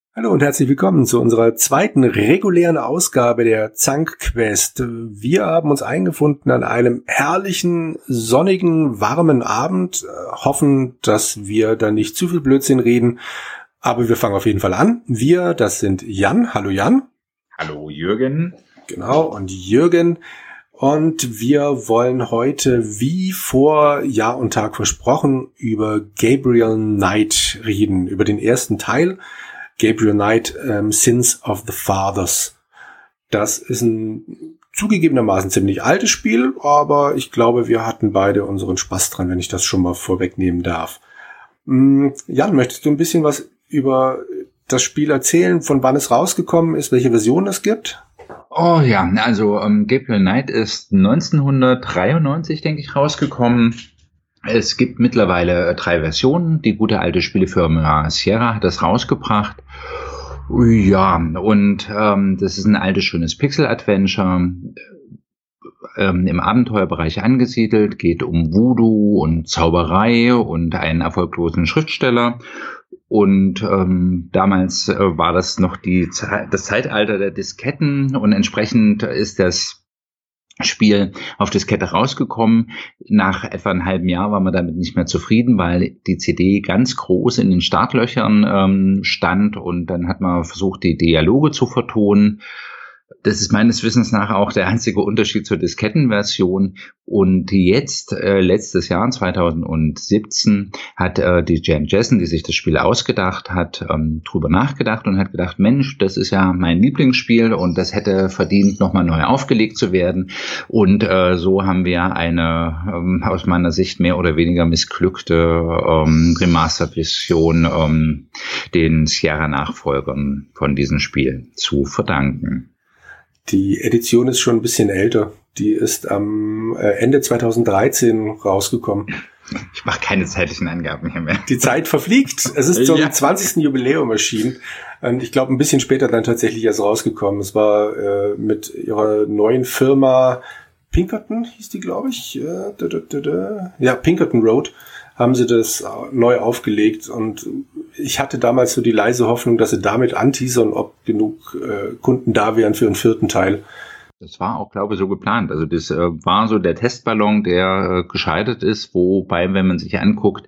Hallo und herzlich willkommen zu unserer zweiten regulären Ausgabe der Zank Quest. Wir haben uns eingefunden an einem herrlichen, sonnigen, warmen Abend, hoffen, dass wir da nicht zu viel Blödsinn reden, aber wir fangen auf jeden Fall an. Wir, das sind Jan. Hallo Jan. Hallo Jürgen. Genau, und Jürgen. Und wir wollen heute, wie vor Jahr und Tag versprochen, über Gabriel Knight reden, über den ersten Teil. Gabriel Knight, Sins of the Fathers. Das ist ein zugegebenermaßen ziemlich altes Spiel, aber ich glaube, wir hatten beide unseren Spaß dran, wenn ich das schon mal vorwegnehmen darf. Jan, möchtest du ein bisschen was über das Spiel erzählen, von wann es rausgekommen ist, welche Version es gibt? Oh ja, also Gabriel Knight ist 1993, denke ich, rausgekommen. Es gibt mittlerweile 3 Versionen. Die gute alte Spielefirma Sierra hat das rausgebracht. Ja, und das ist ein altes, schönes Pixel-Adventure, im Abenteuerbereich angesiedelt, geht um Voodoo und Zauberei und einen erfolglosen Schriftsteller. Und damals war das noch das Zeitalter der Disketten und entsprechend ist das Spiel auf Diskette rausgekommen. Nach etwa einem halben Jahr war man damit nicht mehr zufrieden, weil die CD ganz groß in den Startlöchern stand und dann hat man versucht, die Dialoge zu vertonen. Das ist meines Wissens nach auch der einzige Unterschied zur Diskettenversion. Und jetzt, letztes Jahr, 2017, hat die Jan Jessen, die sich das Spiel ausgedacht hat, drüber nachgedacht und hat gedacht, Mensch, das ist ja mein Lieblingsspiel und das hätte verdient, nochmal neu aufgelegt zu werden. Und so haben wir eine aus meiner Sicht mehr oder weniger missglückte Remastered-Version den Sierra-Nachfolgern von diesem Spiel zu verdanken. Die Edition ist schon ein bisschen älter. Die ist am Ende 2013 rausgekommen. Ich mache keine zeitlichen Angaben hier mehr. Die Zeit verfliegt. Es ist zum 20. Jubiläum erschienen. Und ich glaube, ein bisschen später dann tatsächlich erst rausgekommen. Es war mit ihrer neuen Firma Pinkerton, hieß die, glaube ich. Ja, Pinkerton Road haben sie das neu aufgelegt. Und ich hatte damals so die leise Hoffnung, dass sie damit anteasern, ob genug Kunden da wären für einen 4. Teil. Das war auch, glaube ich, so geplant. Also das war so der Testballon, der gescheitert ist, wobei, wenn man sich anguckt,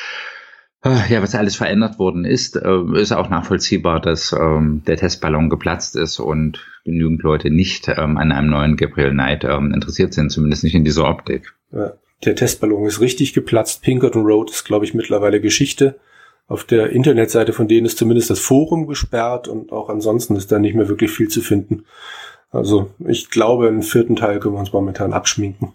was alles verändert worden ist auch nachvollziehbar, dass der Testballon geplatzt ist und genügend Leute nicht an einem neuen Gabriel Knight interessiert sind, zumindest nicht in dieser Optik. Ja, der Testballon ist richtig geplatzt. Pinkerton Road ist, glaube ich, mittlerweile Geschichte. Auf der Internetseite von denen ist zumindest das Forum gesperrt und auch ansonsten ist da nicht mehr wirklich viel zu finden. Also ich glaube, einen 4. Teil können wir uns momentan abschminken.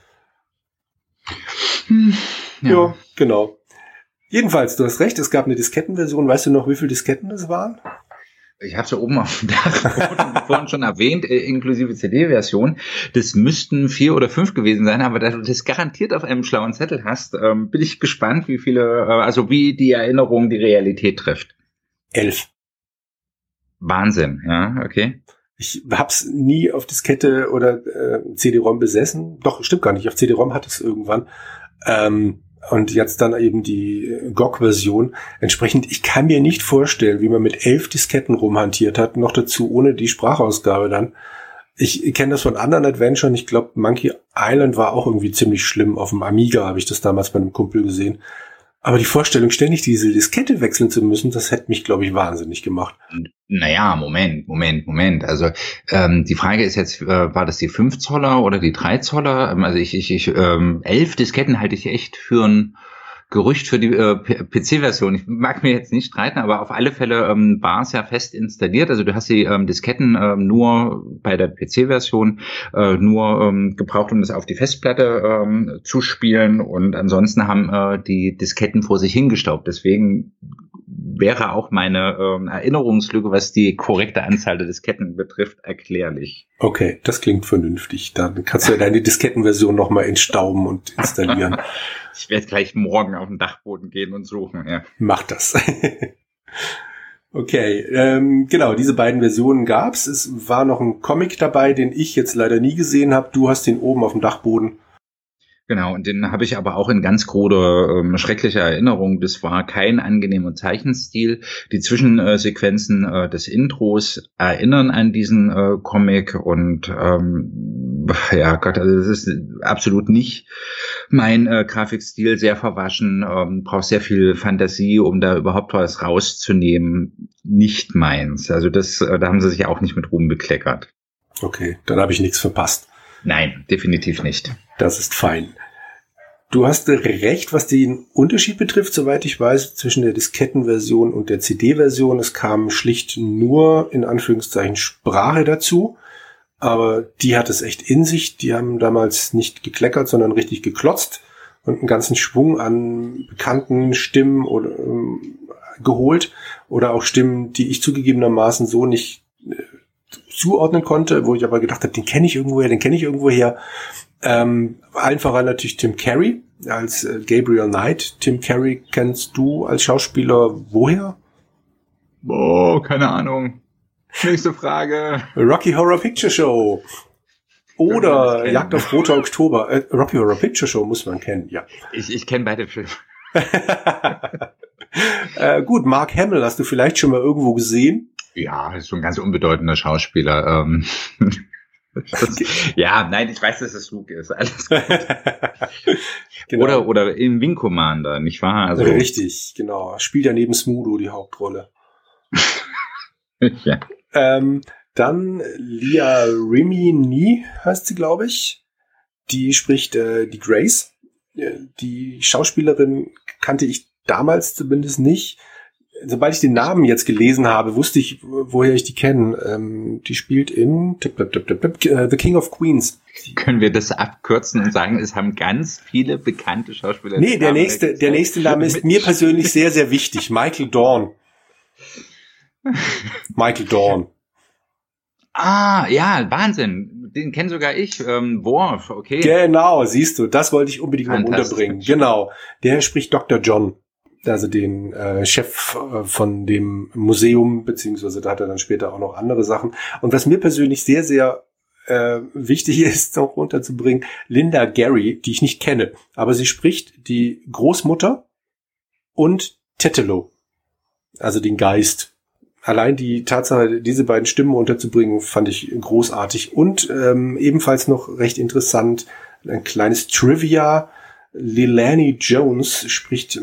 Ja, genau. Jedenfalls, du hast recht, es gab eine Diskettenversion. Weißt du noch, wie viele Disketten es waren? Ich habe es ja oben auf dem Dach vorhin schon erwähnt, inklusive CD-Version. Das müssten 4 oder 5 gewesen sein, aber da du das garantiert auf einem schlauen Zettel hast, bin ich gespannt, wie die Erinnerung die Realität trifft. 11. Wahnsinn, ja, okay. Ich hab's nie auf Diskette oder CD-ROM besessen. Doch, stimmt gar nicht. Auf CD-ROM hatte ich es irgendwann. Und jetzt dann eben die GOG-Version. Entsprechend, ich kann mir nicht vorstellen, wie man mit 11 Disketten rumhantiert hat, noch dazu ohne die Sprachausgabe dann. Ich kenne das von anderen Adventuren. Ich glaube, Monkey Island war auch irgendwie ziemlich schlimm. Auf dem Amiga habe ich das damals bei einem Kumpel gesehen. Aber die Vorstellung, ständig diese Diskette wechseln zu müssen, das hätte mich, glaube ich, wahnsinnig gemacht. Naja, Moment. Also die Frage ist jetzt, war das die 5 Zoller oder die 3 Zoller? Also 11 Disketten halte ich echt für ein Gerücht für die PC-Version. Ich mag mir jetzt nicht streiten, aber auf alle Fälle war es ja fest installiert. Also du hast die Disketten nur bei der PC-Version gebraucht, um das auf die Festplatte zu spielen. Und ansonsten haben die Disketten vor sich hingestaubt. Deswegen wäre auch meine Erinnerungslücke, was die korrekte Anzahl der Disketten betrifft, erklärlich. Okay, das klingt vernünftig. Dann kannst du ja deine Diskettenversion nochmal entstauben und installieren. Ich werde gleich morgen auf den Dachboden gehen und suchen. Ja. Mach das. Okay, genau, diese beiden Versionen gab's. Es war noch ein Comic dabei, den ich jetzt leider nie gesehen habe. Du hast den oben auf dem Dachboden. Genau, und den habe ich aber auch in ganz krude, schrecklicher Erinnerung. Das war kein angenehmer Zeichenstil. Die Zwischensequenzen des Intros erinnern an diesen Comic und ja Gott, also das ist absolut nicht mein Grafikstil, sehr verwaschen, braucht sehr viel Fantasie, um da überhaupt was rauszunehmen. Nicht meins. Also das, da haben sie sich auch nicht mit Ruhm bekleckert. Okay, dann habe ich nichts verpasst. Nein, definitiv nicht. Das ist fein. Du hast recht, was den Unterschied betrifft, soweit ich weiß, zwischen der Diskettenversion und der CD-Version. Es kam schlicht nur, in Anführungszeichen, Sprache dazu. Aber die hat es echt in sich. Die haben damals nicht gekleckert, sondern richtig geklotzt und einen ganzen Schwung an bekannten Stimmen oder, geholt. Oder auch Stimmen, die ich zugegebenermaßen so nicht zuordnen konnte, wo ich aber gedacht habe, den kenne ich irgendwoher. Allen voran natürlich Tim Curry als Gabriel Knight. Tim Curry kennst du als Schauspieler woher? Oh, keine Ahnung. Nächste Frage. Rocky Horror Picture Show. Oder Jagd auf Roter Oktober. Rocky Horror Picture Show muss man kennen, ja. Ich kenne beide Filme. Gut, Mark Hamill hast du vielleicht schon mal irgendwo gesehen? Ja, ist so ein ganz unbedeutender Schauspieler. Ja, nein, ich weiß, dass es Luke ist. Alles gut. Genau. Oder im Wing Commander, nicht wahr? Also richtig, genau. Spielt ja neben Smudo die Hauptrolle. Ja. Dann Leah Remini heißt sie, glaube ich. Die spricht die Grace. Die Schauspielerin kannte ich damals zumindest nicht. Sobald ich den Namen jetzt gelesen habe, wusste ich, woher ich die kenne. Die spielt in The King of Queens. Können wir das abkürzen und sagen, es haben ganz viele bekannte Schauspieler. Nee, der nächste Name ist mir persönlich sehr, sehr wichtig. Michael Dorn. Michael Dorn. Ah, ja, Wahnsinn. Den kenne sogar ich. Worf, okay. Genau, siehst du, das wollte ich unbedingt noch unterbringen. Genau, der spricht Dr. John. Also den Chef von dem Museum, beziehungsweise da hat er dann später auch noch andere Sachen. Und was mir persönlich sehr, sehr wichtig ist, noch unterzubringen, Linda Gary, die ich nicht kenne, aber sie spricht die Großmutter und Tetelo, also den Geist. Allein die Tatsache, diese beiden Stimmen unterzubringen, fand ich großartig. Und ebenfalls noch recht interessant, ein kleines Trivia. Lilani Jones spricht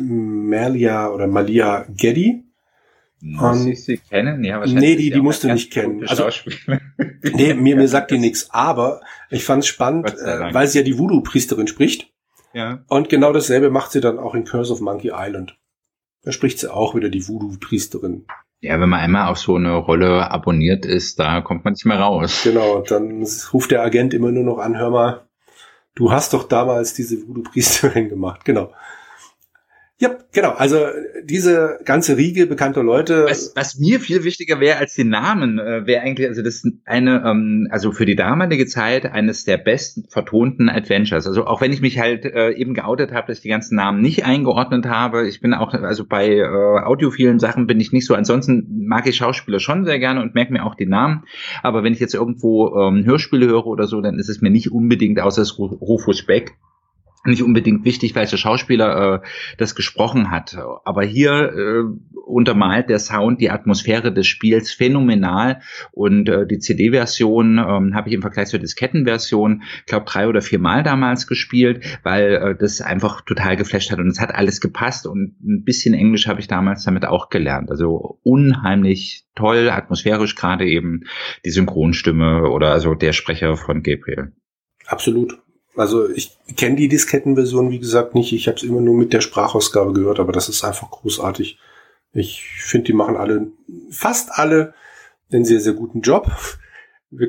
Malia Geddy. Muss ich sie kennen? Ja, wahrscheinlich. Nee, die musst du nicht kennen. Also, nee, mir sagt die nichts. Aber ich fand es spannend, weil sie ja die Voodoo-Priesterin spricht. Ja. Und genau dasselbe macht sie dann auch in Curse of Monkey Island. Da spricht sie auch wieder die Voodoo-Priesterin. Ja, wenn man einmal auf so eine Rolle abonniert ist, da kommt man nicht mehr raus. Genau, dann ruft der Agent immer nur noch an, hör mal, du hast doch damals diese Voodoo-Priesterin gemacht, genau. Ja, genau, also diese ganze Riege bekannter Leute. Was mir viel wichtiger wäre als die Namen, wäre eigentlich, also das ist eine, also für die damalige Zeit eines der besten vertonten Adventures. Also auch wenn ich mich halt eben geoutet habe, dass ich die ganzen Namen nicht eingeordnet habe. Ich bin auch, also bei audiophilen Sachen bin ich nicht so. Ansonsten mag ich Schauspieler schon sehr gerne und merke mir auch die Namen. Aber wenn ich jetzt irgendwo Hörspiele höre oder so, dann ist es mir nicht unbedingt, außer es Rufus Beck, nicht unbedingt wichtig, welcher Schauspieler das gesprochen hat. Aber hier untermalt der Sound die Atmosphäre des Spiels phänomenal. Und die CD-Version habe ich im Vergleich zur Diskettenversion, glaube 3 oder 4 Mal damals gespielt, weil das einfach total geflasht hat. Und es hat alles gepasst. Und ein bisschen Englisch habe ich damals damit auch gelernt. Also unheimlich toll, atmosphärisch, gerade eben die Synchronstimme oder also der Sprecher von Gabriel. Absolut. Also ich kenne die Diskettenversion, wie gesagt, nicht. Ich habe es immer nur mit der Sprachausgabe gehört, aber das ist einfach großartig. Ich finde, die machen fast alle einen sehr, sehr guten Job. Wir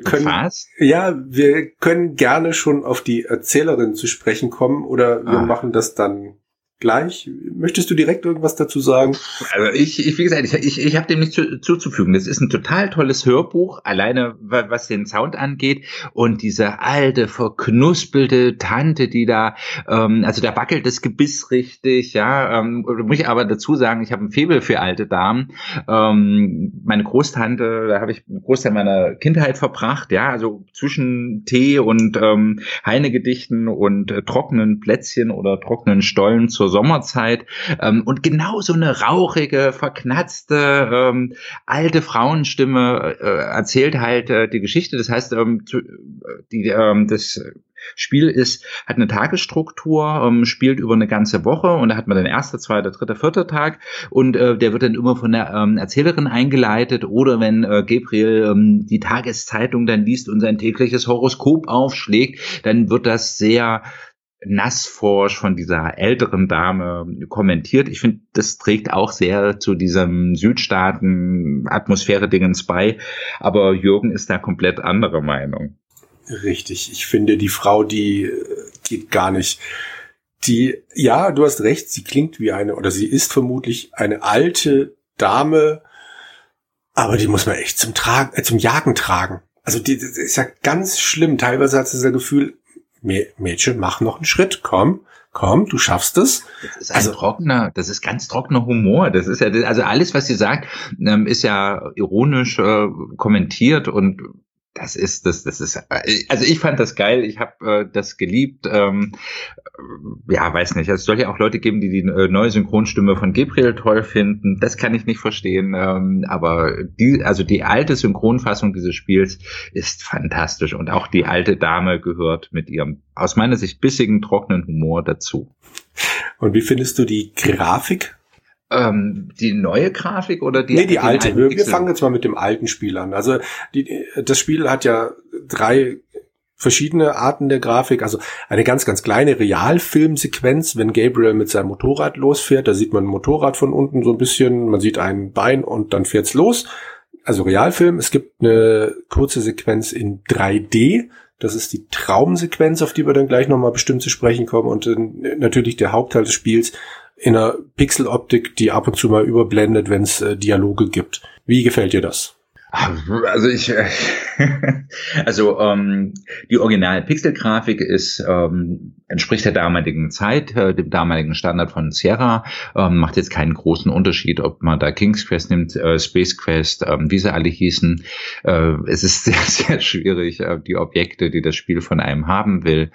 können gerne schon auf die Erzählerin zu sprechen kommen oder wir machen das dann gleich? Möchtest du direkt irgendwas dazu sagen? Also wie gesagt, ich habe dem nichts zuzufügen. Das ist ein total tolles Hörbuch, alleine was den Sound angeht. Und diese alte, verknuspelte Tante, die da, also da wackelt das Gebiss richtig, ja. Muss ich aber dazu sagen, ich habe ein Faible für alte Damen. Meine Großtante, da habe ich einen Großteil meiner Kindheit verbracht, ja, also zwischen Tee und Heine-Gedichten und trockenen Plätzchen oder trockenen Stollen zur Sommerzeit, und genau so eine rauchige, verknatzte, alte Frauenstimme erzählt halt die Geschichte. Das heißt, das Spiel hat eine Tagesstruktur, spielt über eine ganze Woche, und da hat man den ersten, zweiten, dritten, vierten Tag, und der wird dann immer von der Erzählerin eingeleitet, oder wenn Gabriel die Tageszeitung dann liest und sein tägliches Horoskop aufschlägt, dann wird das sehr nassforsch von dieser älteren Dame kommentiert. Ich finde, das trägt auch sehr zu diesem Südstaaten-Atmosphäre-Dingens bei, aber Jürgen ist da komplett anderer Meinung. Richtig, ich finde, die Frau, die geht gar nicht. Ja, du hast recht, sie klingt wie oder sie ist vermutlich eine alte Dame, aber die muss man echt zum Jagen tragen. Also das ist ja ganz schlimm. Teilweise hat sie das Gefühl, Mädchen, mach noch einen Schritt, komm, du schaffst es. Das ist ganz trockener Humor. Das ist ja, also alles, was sie sagt, ist ja ironisch kommentiert, und das ist, also ich fand das geil, ich habe das geliebt, weiß nicht, es soll ja auch Leute geben, die neue Synchronstimme von Gabriel toll finden, das kann ich nicht verstehen, aber die alte Synchronfassung dieses Spiels ist fantastisch, und auch die alte Dame gehört mit ihrem, aus meiner Sicht, bissigen, trockenen Humor dazu. Und wie findest du die Grafik? Die neue Grafik oder die? Nee, die alte. Wir fangen jetzt mal mit dem alten Spiel an. Also das Spiel hat ja 3 verschiedene Arten der Grafik. Also eine ganz, ganz kleine Realfilmsequenz, wenn Gabriel mit seinem Motorrad losfährt. Da sieht man ein Motorrad von unten so ein bisschen, man sieht ein Bein und dann fährt's los. Also Realfilm. Es gibt eine kurze Sequenz in 3D. Das ist die Traumsequenz, auf die wir dann gleich nochmal bestimmt zu sprechen kommen. Und natürlich der Hauptteil des Spiels in einer Pixeloptik, die ab und zu mal überblendet, wenn es Dialoge gibt. Wie gefällt dir das? Also die Original-Pixel-Grafik entspricht der damaligen Zeit, dem damaligen Standard von Sierra, macht jetzt keinen großen Unterschied, ob man da King's Quest nimmt, Space Quest, wie sie alle hießen. Es ist sehr, sehr schwierig, die Objekte, die das Spiel von einem haben will,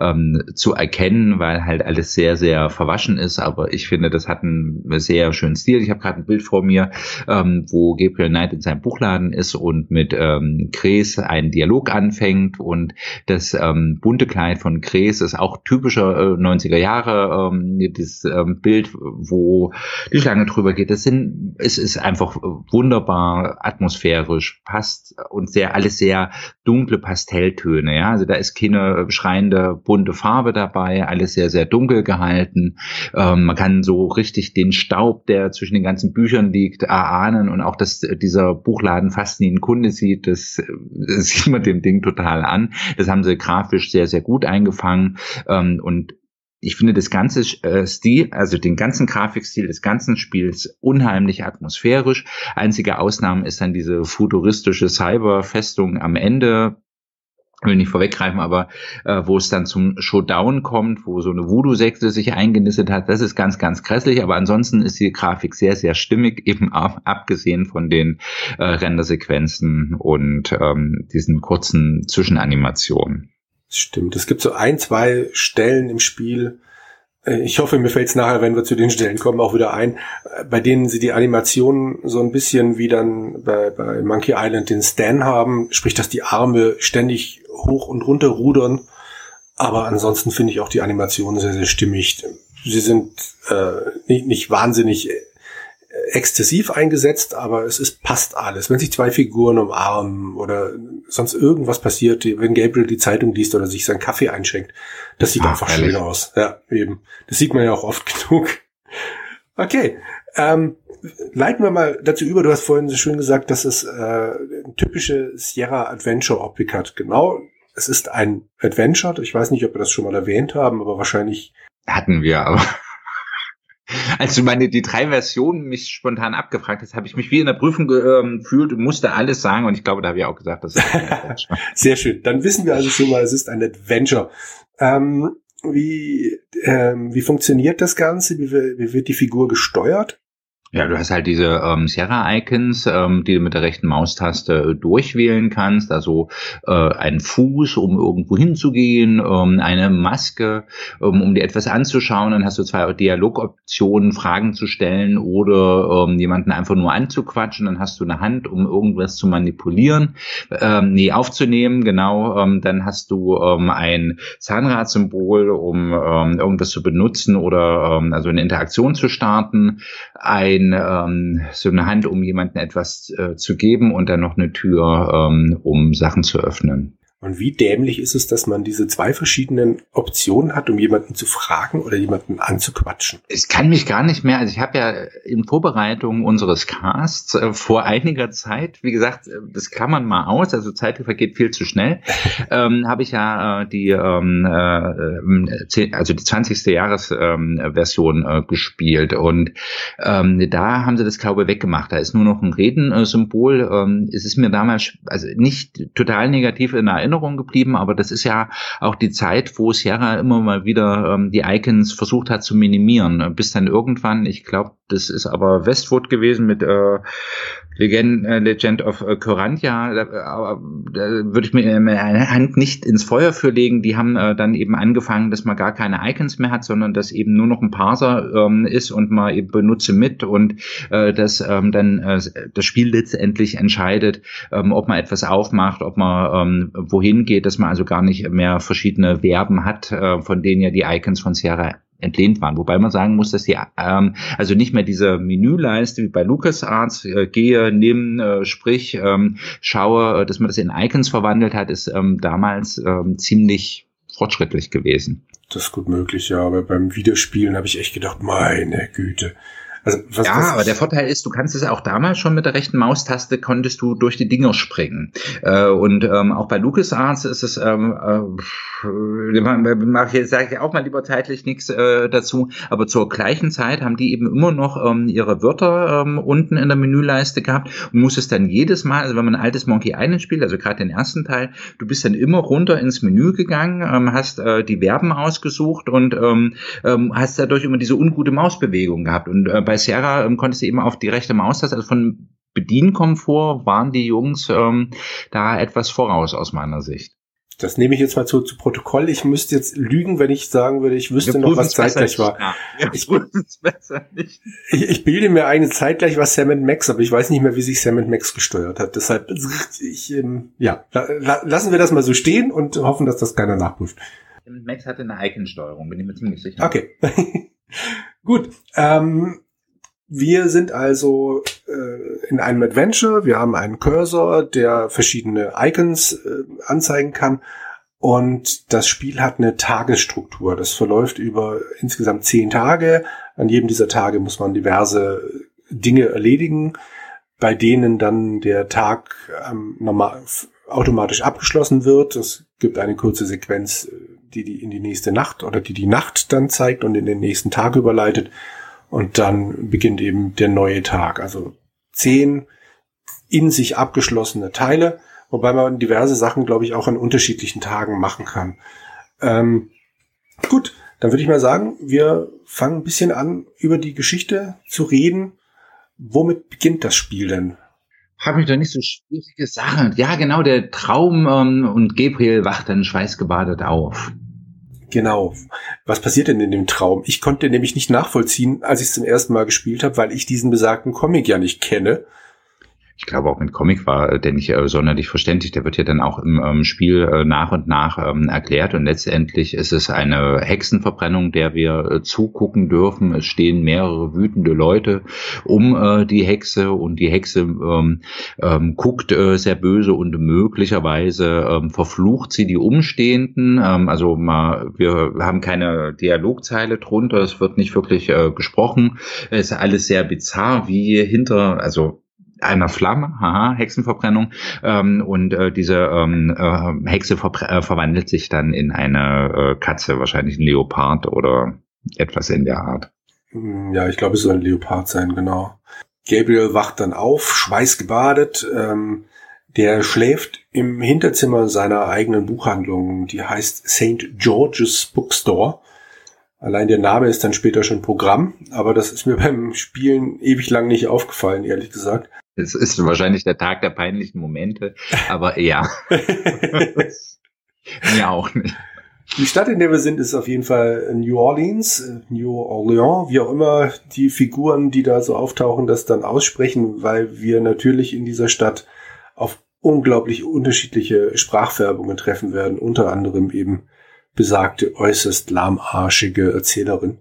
zu erkennen, weil halt alles sehr, sehr verwaschen ist, aber ich finde, das hat einen sehr schönen Stil. Ich habe gerade ein Bild vor mir, wo Gabriel Knight in seinem Buchladen ist und mit Krees einen Dialog anfängt, und das bunte Kleid von Krees ist auch typischer 90er Jahre, das Bild, wo die Schlange drüber geht. Es ist einfach wunderbar atmosphärisch, passt, und alles sehr dunkle Pastelltöne, ja, also da ist keine schreiende bunte Farbe dabei, alles sehr, sehr dunkel gehalten. Man kann so richtig den Staub, der zwischen den ganzen Büchern liegt, erahnen, und auch, dass dieser Buchladen fast nie einen Kunde sieht, das sieht man dem Ding total an. Das haben sie grafisch sehr, sehr gut eingefangen, und ich finde das ganze den ganzen Grafikstil des ganzen Spiels unheimlich atmosphärisch. Einzige Ausnahme ist dann diese futuristische Cyberfestung am Ende. Ich will nicht vorweggreifen, aber wo es dann zum Showdown kommt, wo so eine Voodoo-Sekte sich eingenistet hat, das ist ganz, ganz grässlich, aber ansonsten ist die Grafik sehr, sehr stimmig, eben abgesehen von den Rendersequenzen und diesen kurzen Zwischenanimationen. Stimmt, es gibt so 2 Stellen im Spiel, ich hoffe, mir fällt es nachher, wenn wir zu den Stellen kommen, auch wieder ein, bei denen sie die Animationen so ein bisschen wie dann bei Monkey Island den Stan haben, sprich, dass die Arme ständig hoch und runter rudern, aber ansonsten finde ich auch die Animationen sehr, sehr stimmig. Sie sind nicht wahnsinnig exzessiv eingesetzt, aber passt alles. Wenn sich 2 Figuren umarmen oder sonst irgendwas passiert, wenn Gabriel die Zeitung liest oder sich seinen Kaffee einschenkt, das sieht einfach schön aus. Ja, eben. Das sieht man ja auch oft genug. Okay, leiten wir mal dazu über. Du hast vorhin so schön gesagt, dass es eine typische Sierra Adventure Optik hat. Genau, es ist ein Adventure. Ich weiß nicht, ob wir das schon mal erwähnt haben, aber wahrscheinlich hatten wir, aber Als du die 3 Versionen mich spontan abgefragt hast, habe ich mich wie in der Prüfung gefühlt und musste alles sagen. Und ich glaube, da habe ich auch gesagt, das ist ein Adventure. Sehr schön. Dann wissen wir also schon mal, es ist ein Adventure. Wie funktioniert das Ganze? Wie wird die Figur gesteuert? Ja, du hast halt diese Sierra-Icons, die du mit der rechten Maustaste durchwählen kannst. Also einen Fuß, um irgendwo hinzugehen, eine Maske, um dir etwas anzuschauen. Dann hast du 2 Dialogoptionen, Fragen zu stellen oder jemanden einfach nur anzuquatschen. Dann hast du eine Hand, um irgendwas zu manipulieren, aufzunehmen. Genau. Dann hast du ein Zahnradsymbol, um irgendwas zu benutzen oder also eine Interaktion zu starten. So eine Hand, um jemandem etwas zu geben und dann noch eine Tür, um Sachen zu öffnen. Und wie dämlich ist es, dass man diese 2 verschiedenen Optionen hat, um jemanden zu fragen oder jemanden anzuquatschen? Ich kann mich gar nicht mehr, also ich habe ja in Vorbereitung unseres Casts vor einiger Zeit, wie gesagt, das klammern mal aus, also Zeit vergeht viel zu schnell, habe ich ja die 20. Jahresversion gespielt und da haben sie das, glaube ich, weggemacht. Da ist nur noch ein Redensymbol. Es ist mir damals also nicht total negativ in Erinnerung geblieben, aber das ist ja auch die Zeit, wo Sierra immer mal wieder die Icons versucht hat zu minimieren, bis dann irgendwann, ich glaube, das ist aber Westwood gewesen mit Legend of Corantia, da würde ich mir meine Hand nicht ins Feuer für legen. Die haben dann eben angefangen, dass man gar keine Icons mehr hat, sondern dass eben nur noch ein Parser ist und man eben benutze mit und dass dann das Spiel letztendlich entscheidet, ob man etwas aufmacht, ob man wohin geht, dass man also gar nicht mehr verschiedene Verben hat, von denen ja die Icons von Sierra entlehnt waren. Wobei man sagen muss, dass die also nicht mehr diese Menüleiste wie bei LucasArts, gehe, nimm, sprich, schaue, dass man das in Icons verwandelt hat, ist damals ziemlich fortschrittlich gewesen. Das ist gut möglich, ja, aber beim Wiederspielen habe ich echt gedacht, meine Güte. Also, aber der Vorteil ist, du kannst es auch damals schon mit der rechten Maustaste, konntest du durch die Dinger springen. Und auch bei LucasArts ist es, sage ich auch mal lieber zeitlich nichts dazu, aber zur gleichen Zeit haben die eben immer noch ihre Wörter unten in der Menüleiste gehabt und musstest dann jedes Mal, also wenn man ein altes Monkey Island spielt, also gerade den ersten Teil, du bist dann immer runter ins Menü gegangen, hast die Verben ausgesucht und hast dadurch immer diese ungute Mausbewegung gehabt. Und bei Sierra konntest du eben auf die rechte Maustaste, also von Bedienkomfort waren die Jungs da etwas voraus aus meiner Sicht. Das nehme ich jetzt mal zu Protokoll. Ich müsste jetzt lügen, wenn ich sagen würde, ich wüsste noch, was zeitgleich war. Ich bilde mir eine zeitgleich war Sam & Max, aber ich weiß nicht mehr, wie sich Sam & Max gesteuert hat. Deshalb, lassen wir das mal so stehen und hoffen, dass das keiner nachprüft. Sam & Max hatte eine Icon-Steuerung, bin ich mir ziemlich sicher. Okay. Gut. Wir sind also in einem Adventure. Wir haben einen Cursor, der verschiedene Icons anzeigen kann. Und das Spiel hat eine Tagesstruktur. Das verläuft über insgesamt 10 Tage. An jedem dieser Tage muss man diverse Dinge erledigen, bei denen dann der Tag normal automatisch abgeschlossen wird. Es gibt eine kurze Sequenz, die in die nächste Nacht oder die Nacht dann zeigt und in den nächsten Tag überleitet. Und dann beginnt eben der neue Tag. Also 10 in sich abgeschlossene Teile, wobei man diverse Sachen, glaube ich, auch an unterschiedlichen Tagen machen kann. Gut, dann würde ich mal sagen, wir fangen ein bisschen an, über die Geschichte zu reden. Womit beginnt das Spiel denn? Habe ich doch nicht so schwierige Sachen. Ja, genau, der Traum und Gabriel wacht dann schweißgebadet auf. Genau. Was passiert denn in dem Traum? Ich konnte nämlich nicht nachvollziehen, als ich es zum ersten Mal gespielt habe, weil ich diesen besagten Comic ja nicht kenne. Ich glaube, auch mit Comic war der nicht sonderlich verständlich. Der wird ja dann auch im Spiel nach und nach erklärt. Und letztendlich ist es eine Hexenverbrennung, der wir zugucken dürfen. Es stehen mehrere wütende Leute um die Hexe. Und die Hexe guckt sehr böse und möglicherweise verflucht sie die Umstehenden. Wir haben keine Dialogzeile drunter. Es wird nicht wirklich gesprochen. Es ist alles sehr bizarr, wie hinter, also einer Flamme, Hexenverbrennung, und diese Hexe verwandelt sich dann in eine Katze, wahrscheinlich ein Leopard oder etwas in der Art. Ja, ich glaube, es soll ein Leopard sein, genau. Gabriel wacht dann auf, schweißgebadet. Der schläft im Hinterzimmer seiner eigenen Buchhandlung. Die heißt St. George's Bookstore. Allein der Name ist dann später schon Programm, aber das ist mir beim Spielen ewig lang nicht aufgefallen, ehrlich gesagt. Es ist wahrscheinlich der Tag der peinlichen Momente, aber ja. Mir auch nicht. Die Stadt, in der wir sind, ist auf jeden Fall New Orleans, New Orleans, wie auch immer die Figuren, die da so auftauchen, das dann aussprechen, weil wir natürlich in dieser Stadt auf unglaublich unterschiedliche Sprachfärbungen treffen werden, unter anderem eben besagte äußerst lahmarschige Erzählerin.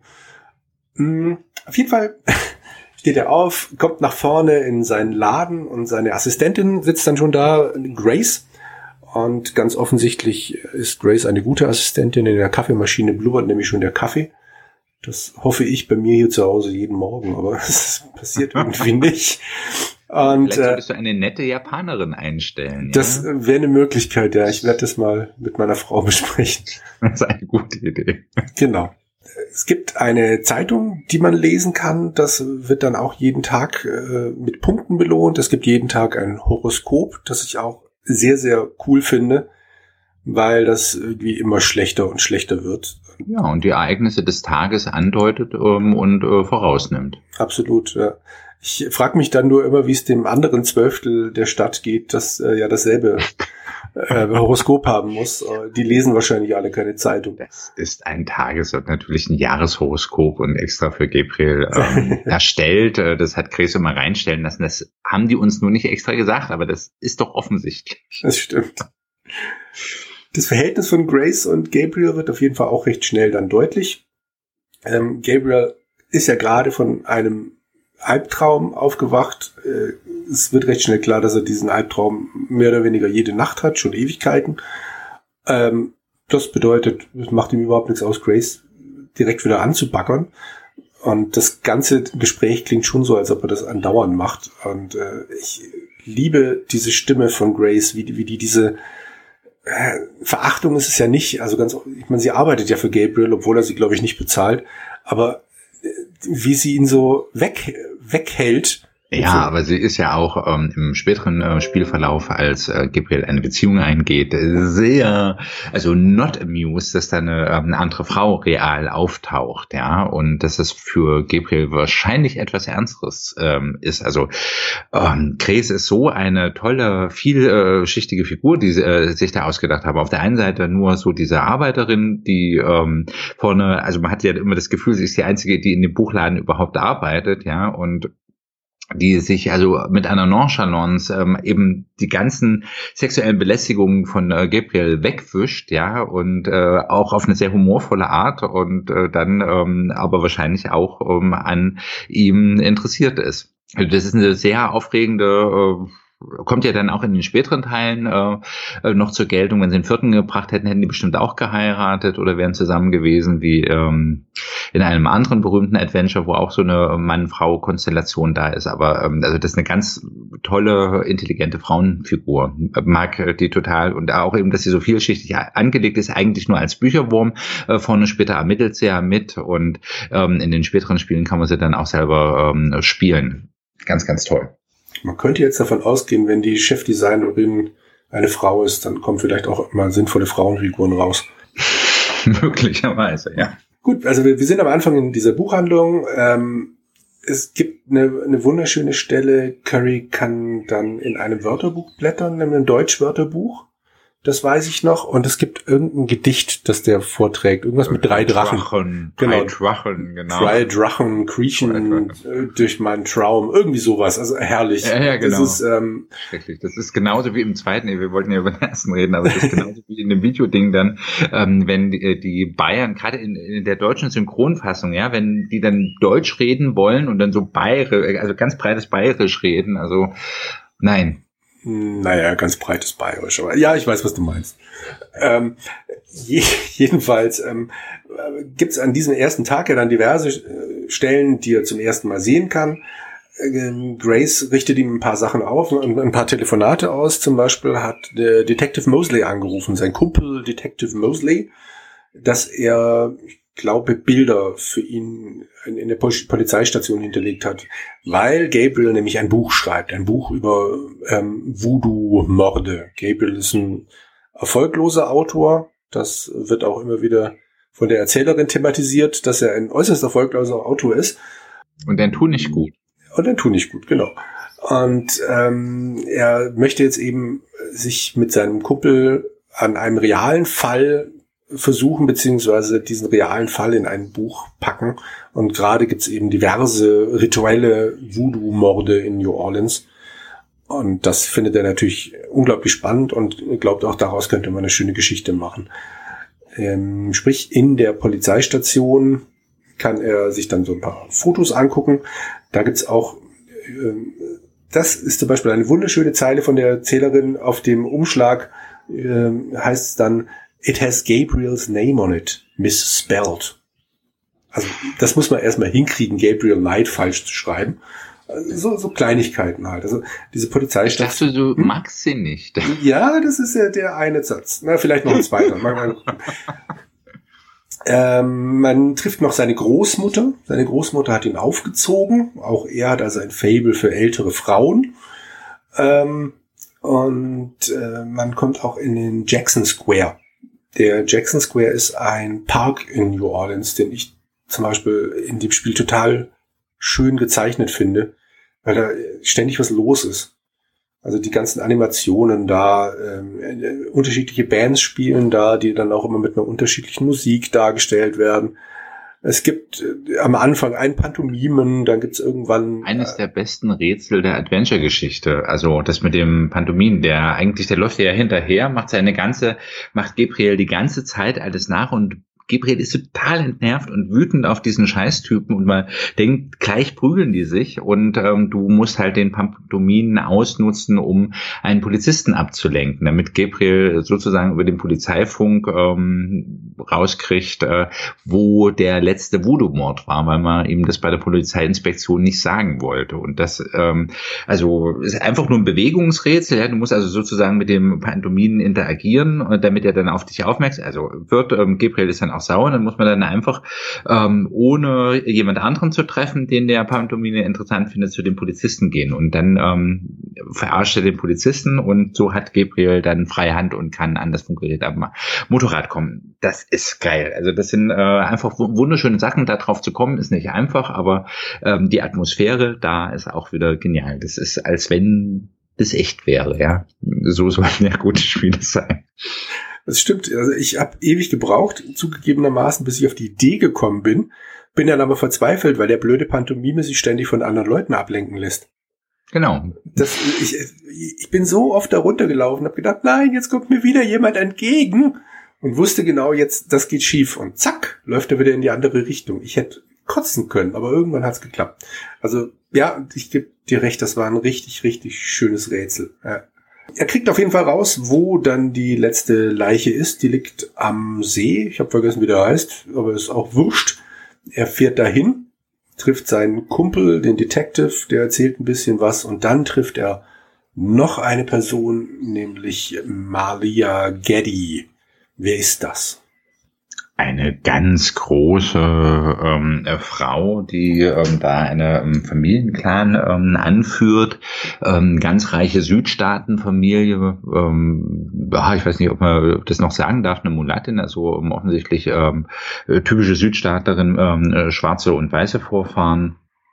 Auf jeden Fall steht er auf, kommt nach vorne in seinen Laden und seine Assistentin sitzt dann schon da, Grace. Und ganz offensichtlich ist Grace eine gute Assistentin. In der Kaffeemaschine blubbert nämlich schon der Kaffee. Das hoffe ich bei mir hier zu Hause jeden Morgen, aber es passiert irgendwie nicht. Und, vielleicht solltest du eine nette Japanerin einstellen. Das wäre eine Möglichkeit, ja. Ich werde das mal mit meiner Frau besprechen. Das ist eine gute Idee. Genau. Es gibt eine Zeitung, die man lesen kann. Das wird dann auch jeden Tag mit Punkten belohnt. Es gibt jeden Tag ein Horoskop, das ich auch sehr, sehr cool finde, weil das irgendwie immer schlechter und schlechter wird. Ja, und die Ereignisse des Tages andeutet und vorausnimmt. Absolut, ja. Ich frage mich dann nur immer, wie es dem anderen Zwölftel der Stadt geht, das ja dasselbe Horoskop haben muss. Die lesen wahrscheinlich alle keine Zeitung. Das ist ein und natürlich ein Jahreshoroskop und extra für Gabriel erstellt. Das hat Grace mal reinstellen lassen. Das haben die uns nur nicht extra gesagt, aber das ist doch offensichtlich. Das stimmt. Das Verhältnis von Grace und Gabriel wird auf jeden Fall auch recht schnell dann deutlich. Gabriel ist ja gerade von einem Albtraum aufgewacht. Es wird recht schnell klar, dass er diesen Albtraum mehr oder weniger jede Nacht hat, schon Ewigkeiten. Das bedeutet, es macht ihm überhaupt nichts aus, Grace direkt wieder anzubaggern. Und das ganze Gespräch klingt schon so, als ob er das andauernd macht. Und ich liebe diese Stimme von Grace, wie die diese Verachtung ist es ja nicht. Also ich meine, sie arbeitet ja für Gabriel, obwohl er sie, glaube ich, nicht bezahlt. Aber wie sie ihn so weghält. Ja, aber sie ist ja auch im späteren Spielverlauf, als Gabriel eine Beziehung eingeht, sehr, also not amused, dass da eine andere Frau real auftaucht, ja, und dass es für Gabriel wahrscheinlich etwas Ernsteres ist. Also Grace ist so eine tolle, vielschichtige Figur, die sich da ausgedacht haben. Auf der einen Seite nur so diese Arbeiterin, die vorne, also man hat ja immer das Gefühl, sie ist die Einzige, die in dem Buchladen überhaupt arbeitet, ja, und die sich also mit einer Nonchalance eben die ganzen sexuellen Belästigungen von Gabriel wegwischt, ja, und auch auf eine sehr humorvolle Art und dann aber wahrscheinlich auch an ihm interessiert ist. Also das ist eine sehr aufregende kommt ja dann auch in den späteren Teilen noch zur Geltung. Wenn sie den vierten gebracht hätten, hätten die bestimmt auch geheiratet oder wären zusammen gewesen, wie in einem anderen berühmten Adventure, wo auch so eine Mann-Frau-Konstellation da ist. Aber also das ist eine ganz tolle, intelligente Frauenfigur. Mag die total. Und auch eben, dass sie so vielschichtig angelegt ist, eigentlich nur als Bücherwurm. Vorne später ermittelt sie ja mit und in den späteren Spielen kann man sie dann auch selber spielen. Ganz, ganz toll. Man könnte jetzt davon ausgehen, wenn die Chefdesignerin eine Frau ist, dann kommen vielleicht auch mal sinnvolle Frauenfiguren raus. Möglicherweise, ja. Gut, also wir sind am Anfang in dieser Buchhandlung. Es gibt eine wunderschöne Stelle. Curry kann dann in einem Wörterbuch blättern, in einem Deutschwörterbuch. Das weiß ich noch. Und es gibt irgendein Gedicht, das der vorträgt. Irgendwas mit 3 Drachen. Genau. 3 Drachen, genau. 3 Drachen kriechen durch meinen Traum. Irgendwie sowas. Also herrlich. Ja, genau. Das ist, schrecklich. Das ist genauso wie im zweiten. Wir wollten ja über den ersten reden, aber das ist genauso wie in dem Videoding dann, wenn die Bayern, gerade in der deutschen Synchronfassung, ja, wenn die dann Deutsch reden wollen und dann so bayerisch, also ganz breites Bayerisch reden. Also, nein. Naja, ganz breites Bayerisch, aber ja, ich weiß, was du meinst. Jedenfalls gibt's an diesem ersten Tag ja dann diverse Stellen, die er zum ersten Mal sehen kann. Grace richtet ihm ein paar Sachen auf, ein paar Telefonate aus. Zum Beispiel hat der Detective Mosley angerufen, sein Kumpel Detective Mosley, dass er, ich glaube, Bilder für ihn in der Polizeistation hinterlegt hat, weil Gabriel nämlich ein Buch schreibt, ein Buch über Voodoo-Morde. Gabriel ist ein erfolgloser Autor, das wird auch immer wieder von der Erzählerin thematisiert, dass er ein äußerst erfolgloser Autor ist. Und ein Tu nicht gut. Und ein Tu nicht gut, genau. Und er möchte jetzt eben sich mit seinem Kumpel an einem realen Fall versuchen, beziehungsweise diesen realen Fall in ein Buch packen. Und gerade gibt's eben diverse rituelle Voodoo-Morde in New Orleans. Und das findet er natürlich unglaublich spannend und glaubt auch, daraus könnte man eine schöne Geschichte machen. Sprich, in der Polizeistation kann er sich dann so ein paar Fotos angucken. Da gibt's auch, das ist zum Beispiel eine wunderschöne Zeile von der Erzählerin. Auf dem Umschlag heißt es dann, "It has Gabriel's name on it, misspelled." Also das muss man erstmal hinkriegen, Gabriel Knight falsch zu schreiben. So Kleinigkeiten halt. Also diese Polizeistation. Ich dachte, du magst sie nicht. Ja, das ist ja der eine Satz. Na, vielleicht noch ein zweiter. Man trifft noch seine Großmutter. Seine Großmutter hat ihn aufgezogen. Auch er hat also ein Faible für ältere Frauen. Und man kommt auch in den Jackson Square. Der Jackson Square ist ein Park in New Orleans, den ich zum Beispiel in dem Spiel total schön gezeichnet finde, weil da ständig was los ist. Also die ganzen Animationen da, unterschiedliche Bands spielen da, die dann auch immer mit einer unterschiedlichen Musik dargestellt werden. Es gibt am Anfang ein Pantomimen, dann gibt's irgendwann... Eines der besten Rätsel der Adventure-Geschichte. Also das mit dem Pantomimen, der läuft ja hinterher, macht Gabriel die ganze Zeit alles nach und Gabriel ist total entnervt und wütend auf diesen Scheißtypen und man denkt, gleich prügeln die sich und du musst halt den Pantomimen ausnutzen, um einen Polizisten abzulenken, damit Gabriel sozusagen über den Polizeifunk rauskriegt, wo der letzte Voodoo-Mord war, weil man ihm das bei der Polizeiinspektion nicht sagen wollte. Und das also ist einfach nur ein Bewegungsrätsel. Ja? Du musst also sozusagen mit dem Pantomimen interagieren, damit er dann auf dich aufmerksam wird. Gabriel ist dann auch sauer, dann muss man dann einfach, ohne jemand anderen zu treffen, den der Pantomime interessant findet, zu den Polizisten gehen. Und dann verarscht er den Polizisten und so hat Gabriel dann freie Hand und kann an das Funkgerät am Motorrad kommen. Das ist geil. Also das sind einfach wunderschöne Sachen. Da drauf zu kommen, ist nicht einfach, aber die Atmosphäre da ist auch wieder genial. Das ist, als wenn das echt wäre. Ja, so sollten ja gute Spiele sein. Das stimmt. Also ich habe ewig gebraucht, zugegebenermaßen, bis ich auf die Idee gekommen bin. Bin dann aber verzweifelt, weil der blöde Pantomime sich ständig von anderen Leuten ablenken lässt. Genau. Ich bin so oft da runtergelaufen, habe gedacht, nein, jetzt kommt mir wieder jemand entgegen und wusste genau jetzt, das geht schief. Und zack, läuft er wieder in die andere Richtung. Ich hätte kotzen können, aber irgendwann hat's geklappt. Also ja, ich gebe dir recht, das war ein richtig, richtig schönes Rätsel. Ja. Er kriegt auf jeden Fall raus, wo dann die letzte Leiche ist. Die liegt am See. Ich habe vergessen, wie der heißt, aber ist auch wurscht. Er fährt dahin, trifft seinen Kumpel, den Detective, der erzählt ein bisschen was und dann trifft er noch eine Person, nämlich Malia Geddy. Wer ist das? Eine ganz große Frau, die da eine Familienclan anführt, ganz reiche Südstaatenfamilie, ich weiß nicht, ob man das noch sagen darf, eine Mulattin, also offensichtlich typische Südstaatlerin, schwarze und weiße Vorfahren.